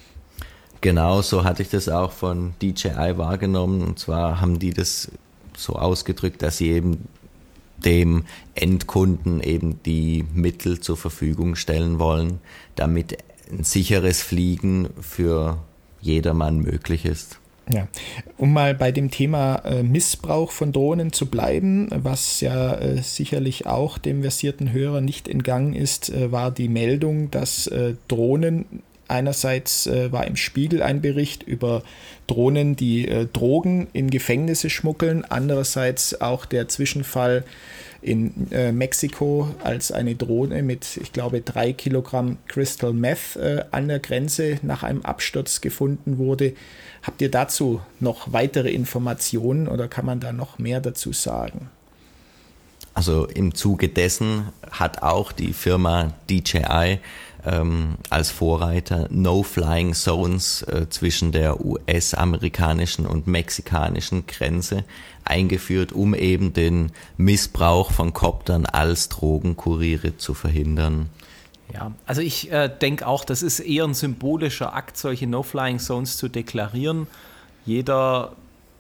Genau, so hatte ich das auch von DJI wahrgenommen, und zwar haben die das so ausgedrückt, dass sie eben dem Endkunden eben die Mittel zur Verfügung stellen wollen, damit ein sicheres Fliegen für jedermann möglich ist. Ja, um mal bei dem Thema Missbrauch von Drohnen zu bleiben, was ja sicherlich auch dem versierten Hörer nicht entgangen ist, war die Meldung, dass Drohnen, einerseits war im Spiegel ein Bericht über Drohnen, die Drogen in Gefängnisse schmuggeln, andererseits auch der Zwischenfall in Mexiko, als eine Drohne mit, ich glaube, 3 Kilogramm Crystal Meth an der Grenze nach einem Absturz gefunden wurde. Habt ihr dazu noch weitere Informationen oder kann man da noch mehr dazu sagen? Also im Zuge dessen hat auch die Firma DJI als Vorreiter No-Flying Zones zwischen der US-amerikanischen und mexikanischen Grenze eingeführt, um eben den Missbrauch von Koptern als Drogenkuriere zu verhindern. Ja, also ich denke auch, das ist eher ein symbolischer Akt, solche No-Flying Zones zu deklarieren. Jeder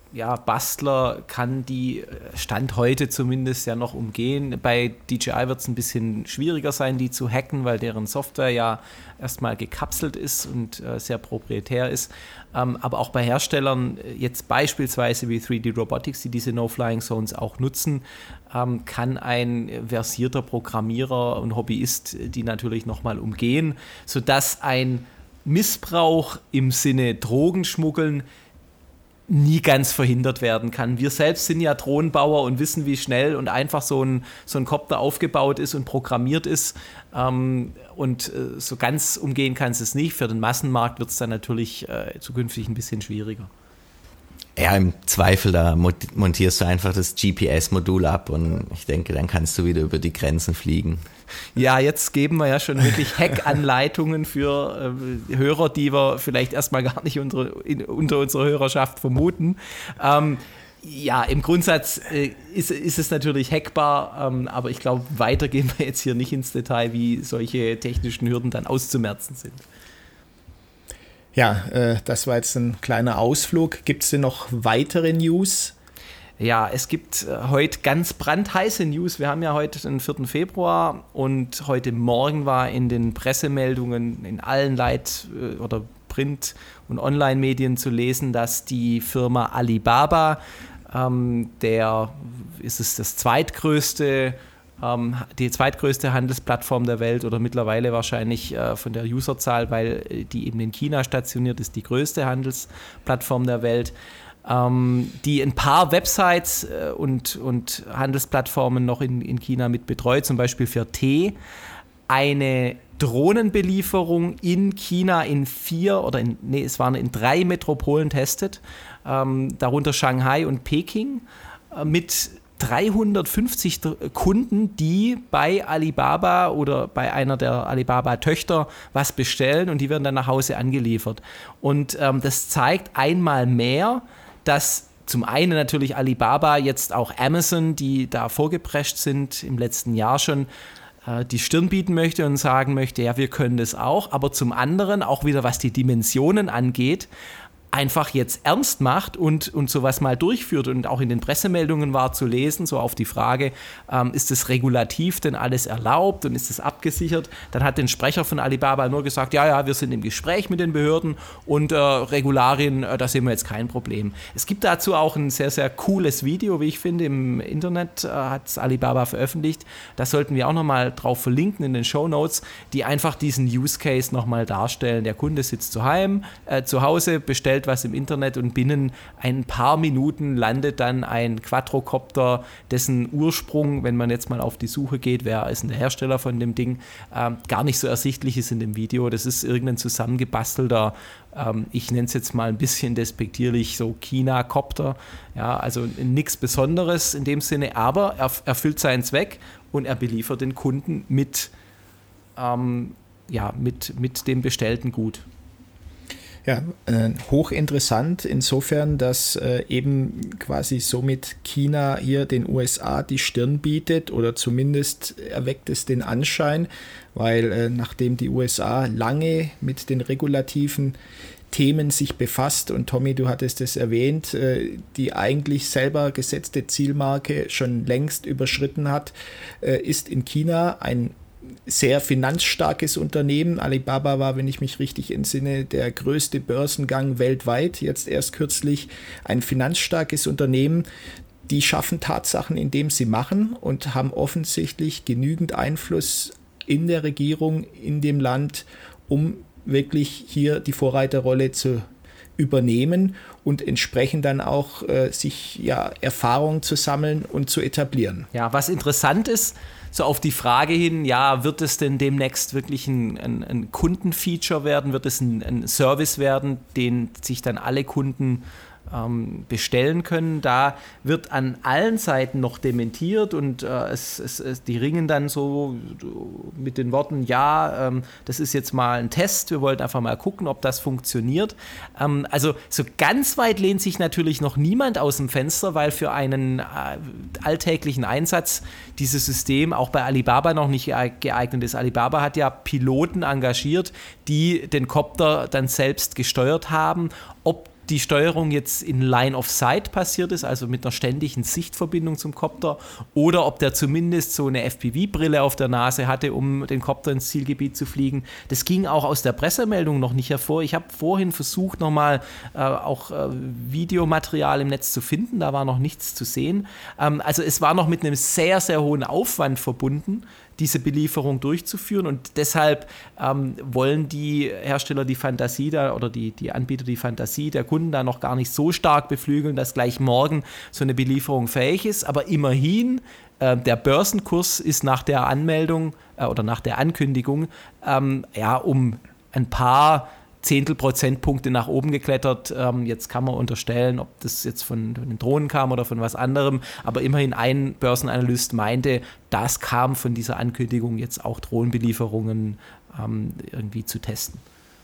Bastler kann die Stand heute zumindest ja noch umgehen. Bei DJI wird es ein bisschen schwieriger sein, die zu hacken, weil deren Software ja erstmal gekapselt ist und sehr proprietär ist. Aber auch bei Herstellern, jetzt beispielsweise wie 3D Robotics, die diese No-Flying Zones auch nutzen, kann ein versierter Programmierer und Hobbyist die natürlich nochmal umgehen, sodass ein Missbrauch im Sinne Drogenschmuggeln nie ganz verhindert werden kann. Wir selbst sind ja Drohnenbauer und wissen, wie schnell und einfach so ein Kopter aufgebaut ist und programmiert ist. Und so ganz umgehen kann es nicht. Für den Massenmarkt wird es dann natürlich zukünftig ein bisschen schwieriger. Ja, im Zweifel, da montierst du einfach das GPS-Modul ab und ich denke, dann kannst du wieder über die Grenzen fliegen. Ja, jetzt geben wir ja schon wirklich Hack-Anleitungen für Hörer, die wir vielleicht erstmal gar nicht unter unserer Hörerschaft vermuten. Ja, im Grundsatz ist es natürlich hackbar, aber ich glaube, weiter gehen wir jetzt hier nicht ins Detail, wie solche technischen Hürden dann auszumerzen sind. Ja, das war jetzt ein kleiner Ausflug. Gibt es denn noch weitere News? Ja, es gibt heute ganz brandheiße News. Wir haben ja heute den 4. Februar und heute Morgen war in den Pressemeldungen in allen oder Print- und Online-Medien zu lesen, dass die Firma Alibaba, ist es die zweitgrößte Handelsplattform der Welt oder mittlerweile wahrscheinlich von der Userzahl, weil die eben in China stationiert ist, die größte Handelsplattform der Welt, die ein paar Websites und Handelsplattformen noch in China mit betreut, zum Beispiel für Tee, eine Drohnenbelieferung in China in 3 Metropolen testet, darunter Shanghai und Peking, mit 350 Kunden, die bei Alibaba oder bei einer der Alibaba-Töchter was bestellen und die werden dann nach Hause angeliefert. Und das zeigt einmal mehr, dass zum einen natürlich Alibaba, jetzt auch Amazon, die da vorgeprescht sind im letzten Jahr schon, die Stirn bieten möchte und sagen möchte, ja, wir können das auch, aber zum anderen auch wieder, was die Dimensionen angeht, einfach jetzt ernst macht und sowas mal durchführt. Und auch in den Pressemeldungen war zu lesen, so auf die Frage, ist das regulativ denn alles erlaubt und ist das abgesichert? Dann hat den Sprecher von Alibaba nur gesagt, ja, wir sind im Gespräch mit den Behörden und Regularien, da sehen wir jetzt kein Problem. Es gibt dazu auch ein sehr, sehr cooles Video, wie ich finde, im Internet hat es Alibaba veröffentlicht. Da sollten wir auch nochmal drauf verlinken in den Shownotes, die einfach diesen Use Case nochmal darstellen. Der Kunde sitzt zu Hause, bestellt was im Internet und binnen ein paar Minuten landet dann ein Quadrocopter, dessen Ursprung, wenn man jetzt mal auf die Suche geht, wer ist denn der Hersteller von dem Ding, gar nicht so ersichtlich ist in dem Video. Das ist irgendein zusammengebastelter, ich nenne es jetzt mal ein bisschen despektierlich, so China-Copter. Ja, also nichts Besonderes in dem Sinne, aber er erfüllt seinen Zweck und er beliefert den Kunden mit dem bestellten Gut. Ja, hochinteressant insofern, dass eben quasi somit China hier den USA die Stirn bietet oder zumindest erweckt es den Anschein, weil nachdem die USA lange mit den regulativen Themen sich befasst und Tommy, du hattest es erwähnt, die eigentlich selber gesetzte Zielmarke schon längst überschritten hat, ist in China ein sehr finanzstarkes Unternehmen. Alibaba war, wenn ich mich richtig entsinne, der größte Börsengang weltweit, jetzt erst kürzlich ein finanzstarkes Unternehmen. Die schaffen Tatsachen, indem sie machen und haben offensichtlich genügend Einfluss in der Regierung, in dem Land, um wirklich hier die Vorreiterrolle zu übernehmen und entsprechend dann auch sich Erfahrung zu sammeln und zu etablieren. Ja, was interessant ist, so auf die Frage hin, ja, wird es denn demnächst wirklich ein Kundenfeature werden, wird es ein Service werden, den sich dann alle Kunden bestellen können. Da wird an allen Seiten noch dementiert und die ringen dann so mit den Worten, das ist jetzt mal ein Test, wir wollten einfach mal gucken, ob das funktioniert. Also so ganz weit lehnt sich natürlich noch niemand aus dem Fenster, weil für einen alltäglichen Einsatz dieses System auch bei Alibaba noch nicht geeignet ist. Alibaba hat ja Piloten engagiert, die den Copter dann selbst gesteuert haben. Ob die Steuerung jetzt in Line of Sight passiert ist, also mit einer ständigen Sichtverbindung zum Copter, oder ob der zumindest so eine FPV-Brille auf der Nase hatte, um den Copter ins Zielgebiet zu fliegen. Das ging auch aus der Pressemeldung noch nicht hervor. Ich habe vorhin versucht, nochmal Videomaterial im Netz zu finden, da war noch nichts zu sehen. Also es war noch mit einem sehr, sehr hohen Aufwand verbunden, diese Belieferung durchzuführen und deshalb wollen die Hersteller die Fantasie da oder die Anbieter die Fantasie der Kunden da noch gar nicht so stark beflügeln, dass gleich morgen so eine Belieferung fähig ist, aber immerhin der Börsenkurs ist nach der Anmeldung oder nach der Ankündigung um ein paar Zehntelprozentpunkte nach oben geklettert. Jetzt kann man unterstellen, ob das jetzt von den Drohnen kam oder von was anderem, aber immerhin ein Börsenanalyst meinte, das kam von dieser Ankündigung, jetzt auch Drohnenbelieferungen irgendwie zu testen.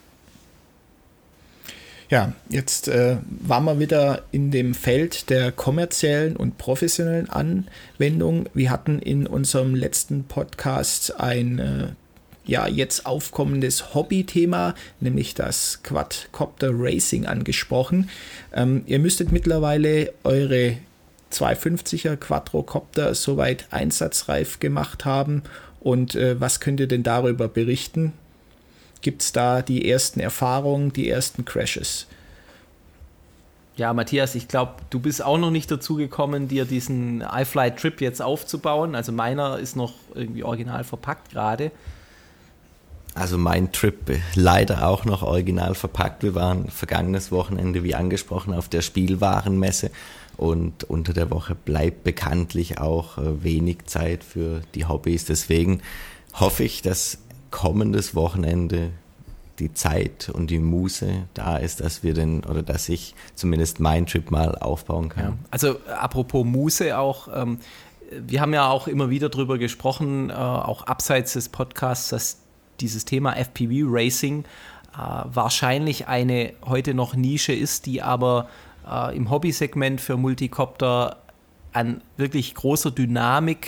Ja, jetzt waren wir wieder in dem Feld der kommerziellen und professionellen Anwendung. Wir hatten in unserem letzten Podcast ein jetzt aufkommendes Hobbythema, nämlich das Quadcopter Racing angesprochen. Ihr müsstet mittlerweile eure 250er Quadrocopter soweit einsatzreif gemacht haben. Und was könnt ihr denn darüber berichten? Gibt es da die ersten Erfahrungen, die ersten Crashes? Ja, Matthias, ich glaube, du bist auch noch nicht dazu gekommen, dir diesen iFly-Trip jetzt aufzubauen. Also meiner ist noch irgendwie original verpackt gerade. Also mein Trip leider auch noch original verpackt. Wir waren vergangenes Wochenende, wie angesprochen, auf der Spielwarenmesse und unter der Woche bleibt bekanntlich auch wenig Zeit für die Hobbys. Deswegen hoffe ich, dass kommendes Wochenende die Zeit und die Muße da ist, dass ich zumindest meinen Trip mal aufbauen kann. Ja, also apropos Muße auch, wir haben ja auch immer wieder drüber gesprochen, auch abseits des Podcasts, dass dieses Thema FPV-Racing wahrscheinlich eine heute noch Nische ist, die aber im Hobbysegment für Multicopter an wirklich großer Dynamik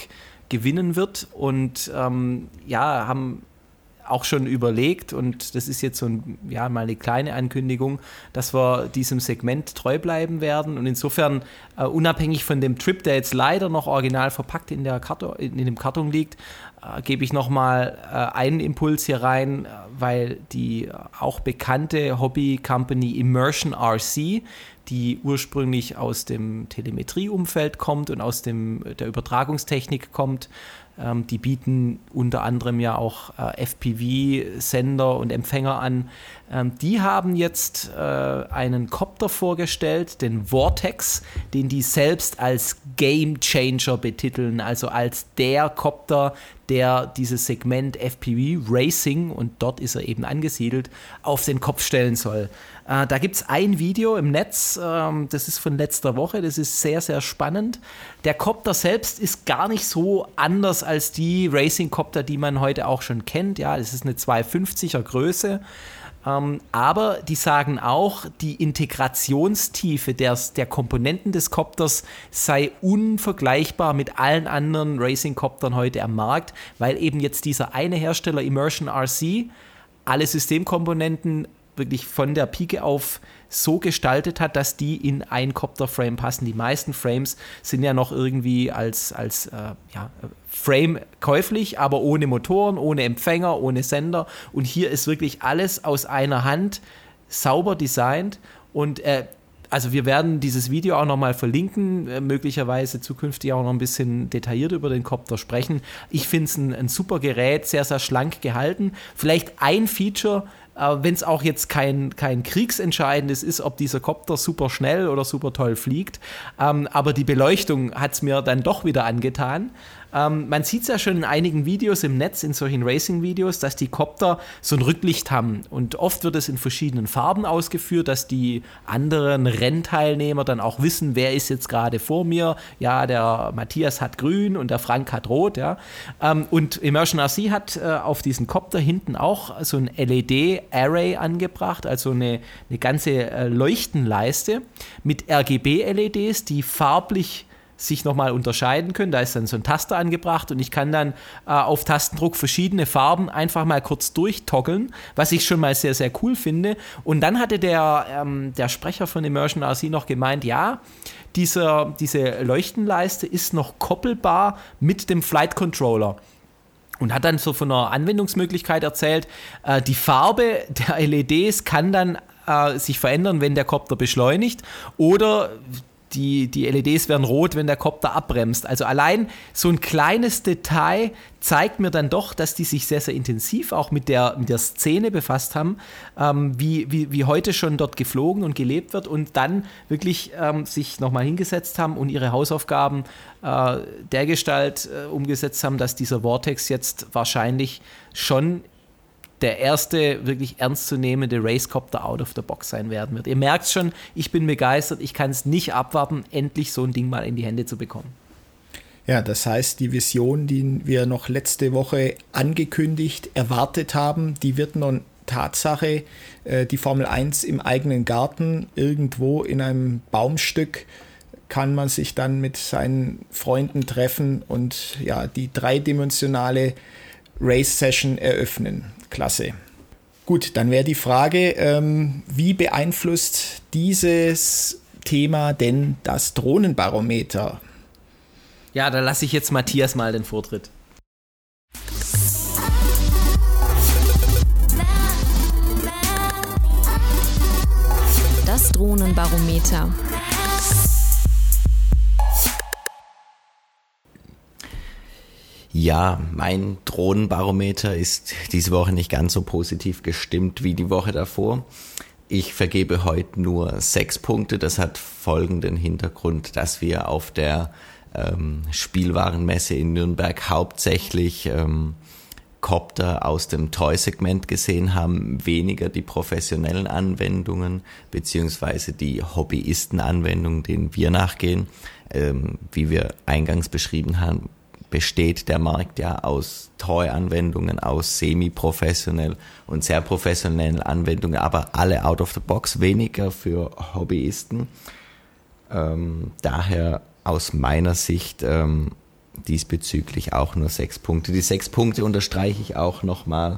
gewinnen wird und haben auch schon überlegt, und das ist jetzt mal eine kleine Ankündigung, dass wir diesem Segment treu bleiben werden, und insofern unabhängig von dem Trip, der jetzt leider noch original verpackt in dem Karton liegt, gebe ich nochmal einen Impuls hier rein, weil die auch bekannte Hobby-Company Immersion RC, die ursprünglich aus dem Telemetrieumfeld kommt und aus der Übertragungstechnik kommt, die bieten unter anderem ja auch FPV-Sender und Empfänger an. Die haben jetzt einen Copter vorgestellt, den Vortex, den die selbst als Game Changer betiteln, also als der Copter, der dieses Segment FPV Racing, und dort ist er eben angesiedelt, auf den Kopf stellen soll. Da gibt es ein Video im Netz, das ist von letzter Woche, das ist sehr, sehr spannend. Der Copter selbst ist gar nicht so anders als die Racing-Copter, die man heute auch schon kennt. Ja, das ist eine 250er Größe. Aber die sagen auch, die Integrationstiefe der Komponenten des Copters sei unvergleichbar mit allen anderen Racing-Coptern heute am Markt, weil eben jetzt dieser eine Hersteller Immersion RC alle Systemkomponenten wirklich von der Pike auf so gestaltet hat, dass die in ein Copter-Frame passen. Die meisten Frames sind ja noch irgendwie als Frame käuflich, aber ohne Motoren, ohne Empfänger, ohne Sender. Und hier ist wirklich alles aus einer Hand sauber designt. Und also wir werden dieses Video auch nochmal verlinken, möglicherweise zukünftig auch noch ein bisschen detailliert über den Copter sprechen. Ich finde es ein super Gerät, sehr, sehr schlank gehalten. Vielleicht ein Feature, wenn es auch jetzt kein kriegsentscheidendes ist, ob dieser Copter super schnell oder super toll fliegt. Aber die Beleuchtung hat es mir dann doch wieder angetan. Man sieht es ja schon in einigen Videos im Netz, in solchen Racing-Videos, dass die Copter so ein Rücklicht haben. Und oft wird es in verschiedenen Farben ausgeführt, dass die anderen Rennteilnehmer dann auch wissen, wer ist jetzt gerade vor mir. Ja, der Matthias hat grün und der Frank hat rot. Ja. Und Immersion RC hat auf diesen Copter hinten auch so ein LED-Array angebracht, also eine ganze Leuchtenleiste mit RGB-LEDs, die farblich sich nochmal unterscheiden können. Da ist dann so ein Taster angebracht und ich kann dann auf Tastendruck verschiedene Farben einfach mal kurz durchtoggeln, was ich schon mal sehr, sehr cool finde. Und dann hatte der Sprecher von Immersion RC noch gemeint, ja, diese Leuchtenleiste ist noch koppelbar mit dem Flight Controller. Und hat dann so von einer Anwendungsmöglichkeit erzählt, die Farbe der LEDs kann dann sich verändern, wenn der Copter beschleunigt, oder die LEDs werden rot, wenn der Copter abbremst. Also allein so ein kleines Detail zeigt mir dann doch, dass die sich sehr, sehr intensiv auch mit der Szene befasst haben, wie heute schon dort geflogen und gelebt wird, und dann wirklich sich nochmal hingesetzt haben und ihre Hausaufgaben dergestalt umgesetzt haben, dass dieser Vortex jetzt wahrscheinlich schon der erste wirklich ernstzunehmende Racecopter out of the box sein werden wird. Ihr merkt schon, ich bin begeistert, ich kann es nicht abwarten, endlich so ein Ding mal in die Hände zu bekommen. Ja, das heißt, die Vision, die wir noch letzte Woche angekündigt, erwartet haben, die wird nun Tatsache. Die Formel 1 im eigenen Garten, irgendwo in einem Baumstück, kann man sich dann mit seinen Freunden treffen und ja, die dreidimensionale Race-Session eröffnen. Klasse. Gut, dann wäre die Frage, wie beeinflusst dieses Thema denn das Drohnenbarometer? Ja, da lasse ich jetzt Matthias mal den Vortritt. Das Drohnenbarometer. Ja, mein Drohnenbarometer ist diese Woche nicht ganz so positiv gestimmt wie die Woche davor. Ich vergebe heute nur 6 Punkte. Das hat folgenden Hintergrund, dass wir auf der Spielwarenmesse in Nürnberg hauptsächlich Copter aus dem Toy-Segment gesehen haben, weniger die professionellen Anwendungen beziehungsweise die Hobbyisten-Anwendungen, denen wir nachgehen. Wie wir eingangs beschrieben haben, besteht der Markt ja aus Toy-Anwendungen, aus semi-professionell und sehr professionellen Anwendungen, aber alle out of the box, weniger für Hobbyisten. Daher aus meiner Sicht diesbezüglich auch nur 6 Punkte. Die 6 Punkte unterstreiche ich auch nochmal.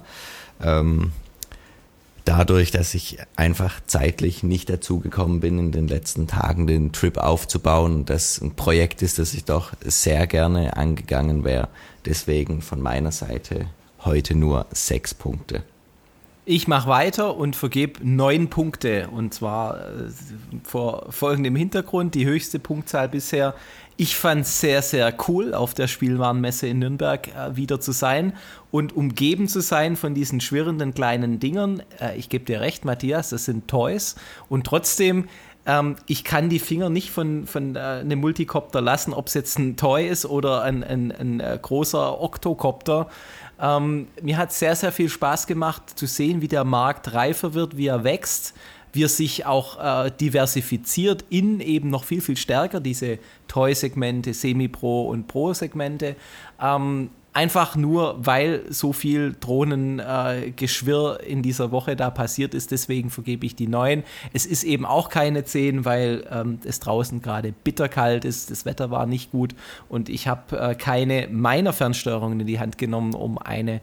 Dadurch, dass ich einfach zeitlich nicht dazu gekommen bin, in den letzten Tagen den Trip aufzubauen, das ein Projekt ist, das ich doch sehr gerne angegangen wäre. Deswegen von meiner Seite heute nur 6 Punkte. Ich mache weiter und vergebe 9 Punkte, und zwar vor folgendem Hintergrund, die höchste Punktzahl bisher. Ich fand es sehr, sehr cool, auf der Spielwarenmesse in Nürnberg wieder zu sein und umgeben zu sein von diesen schwirrenden kleinen Dingern. Ich gebe dir recht, Matthias, das sind Toys, und trotzdem, ich kann die Finger nicht von einem Multicopter lassen, ob es jetzt ein Toy ist oder ein großer Octocopter. Mir hat sehr, sehr viel Spaß gemacht zu sehen, wie der Markt reifer wird, wie er wächst, wie er sich auch diversifiziert in eben noch viel, viel stärker diese Toy-Segmente, Semi-Pro und Pro-Segmente. Einfach nur, weil so viel Drohnengeschwirr in dieser Woche da passiert ist, deswegen vergebe ich die 9. Es ist eben auch keine 10, weil es draußen gerade bitterkalt ist, das Wetter war nicht gut und ich habe keine meiner Fernsteuerungen in die Hand genommen, um eine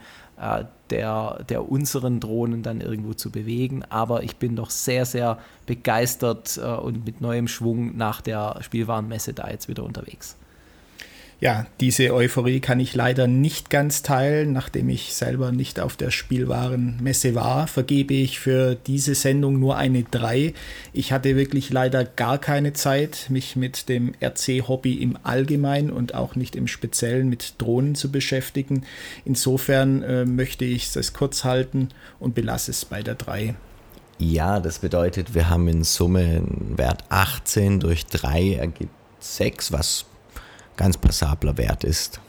der unseren Drohnen dann irgendwo zu bewegen, aber ich bin doch sehr, sehr begeistert und mit neuem Schwung nach der Spielwarenmesse da jetzt wieder unterwegs. Ja, diese Euphorie kann ich leider nicht ganz teilen. Nachdem ich selber nicht auf der Spielwarenmesse war, vergebe ich für diese Sendung nur eine 3. Ich hatte wirklich leider gar keine Zeit, mich mit dem RC-Hobby im Allgemeinen und auch nicht im Speziellen mit Drohnen zu beschäftigen. Insofern möchte ich es kurz halten und belasse es bei der 3. Ja, das bedeutet, wir haben in Summe einen Wert 18 durch 3 ergibt 6, was ganz passabler Wert ist.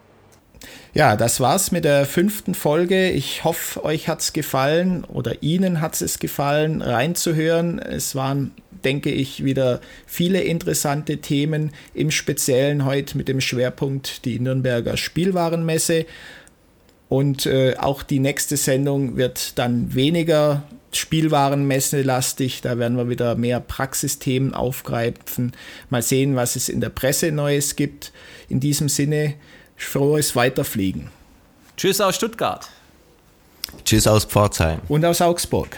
Ja, das war's mit der 5. Folge. Ich hoffe, euch hat's gefallen oder Ihnen hat's gefallen, reinzuhören. Es waren, denke ich, wieder viele interessante Themen, im Speziellen heute mit dem Schwerpunkt die Nürnberger Spielwarenmesse. Und auch die nächste Sendung wird dann weniger Spielwarenmesse-lastig, da werden wir wieder mehr Praxisthemen aufgreifen. Mal sehen, was es in der Presse Neues gibt. In diesem Sinne, frohes Weiterfliegen. Tschüss aus Stuttgart. Tschüss aus Pforzheim. Und aus Augsburg.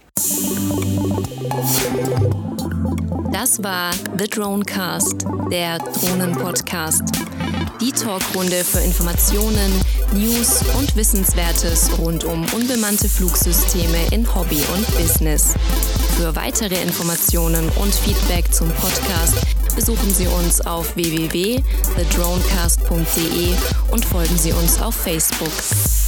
Das war The Dronecast, der Drohnen-Podcast. Die Talkrunde für Informationen, News und Wissenswertes rund um unbemannte Flugsysteme in Hobby und Business. Für weitere Informationen und Feedback zum Podcast besuchen Sie uns auf www.thedronecast.de und folgen Sie uns auf Facebook.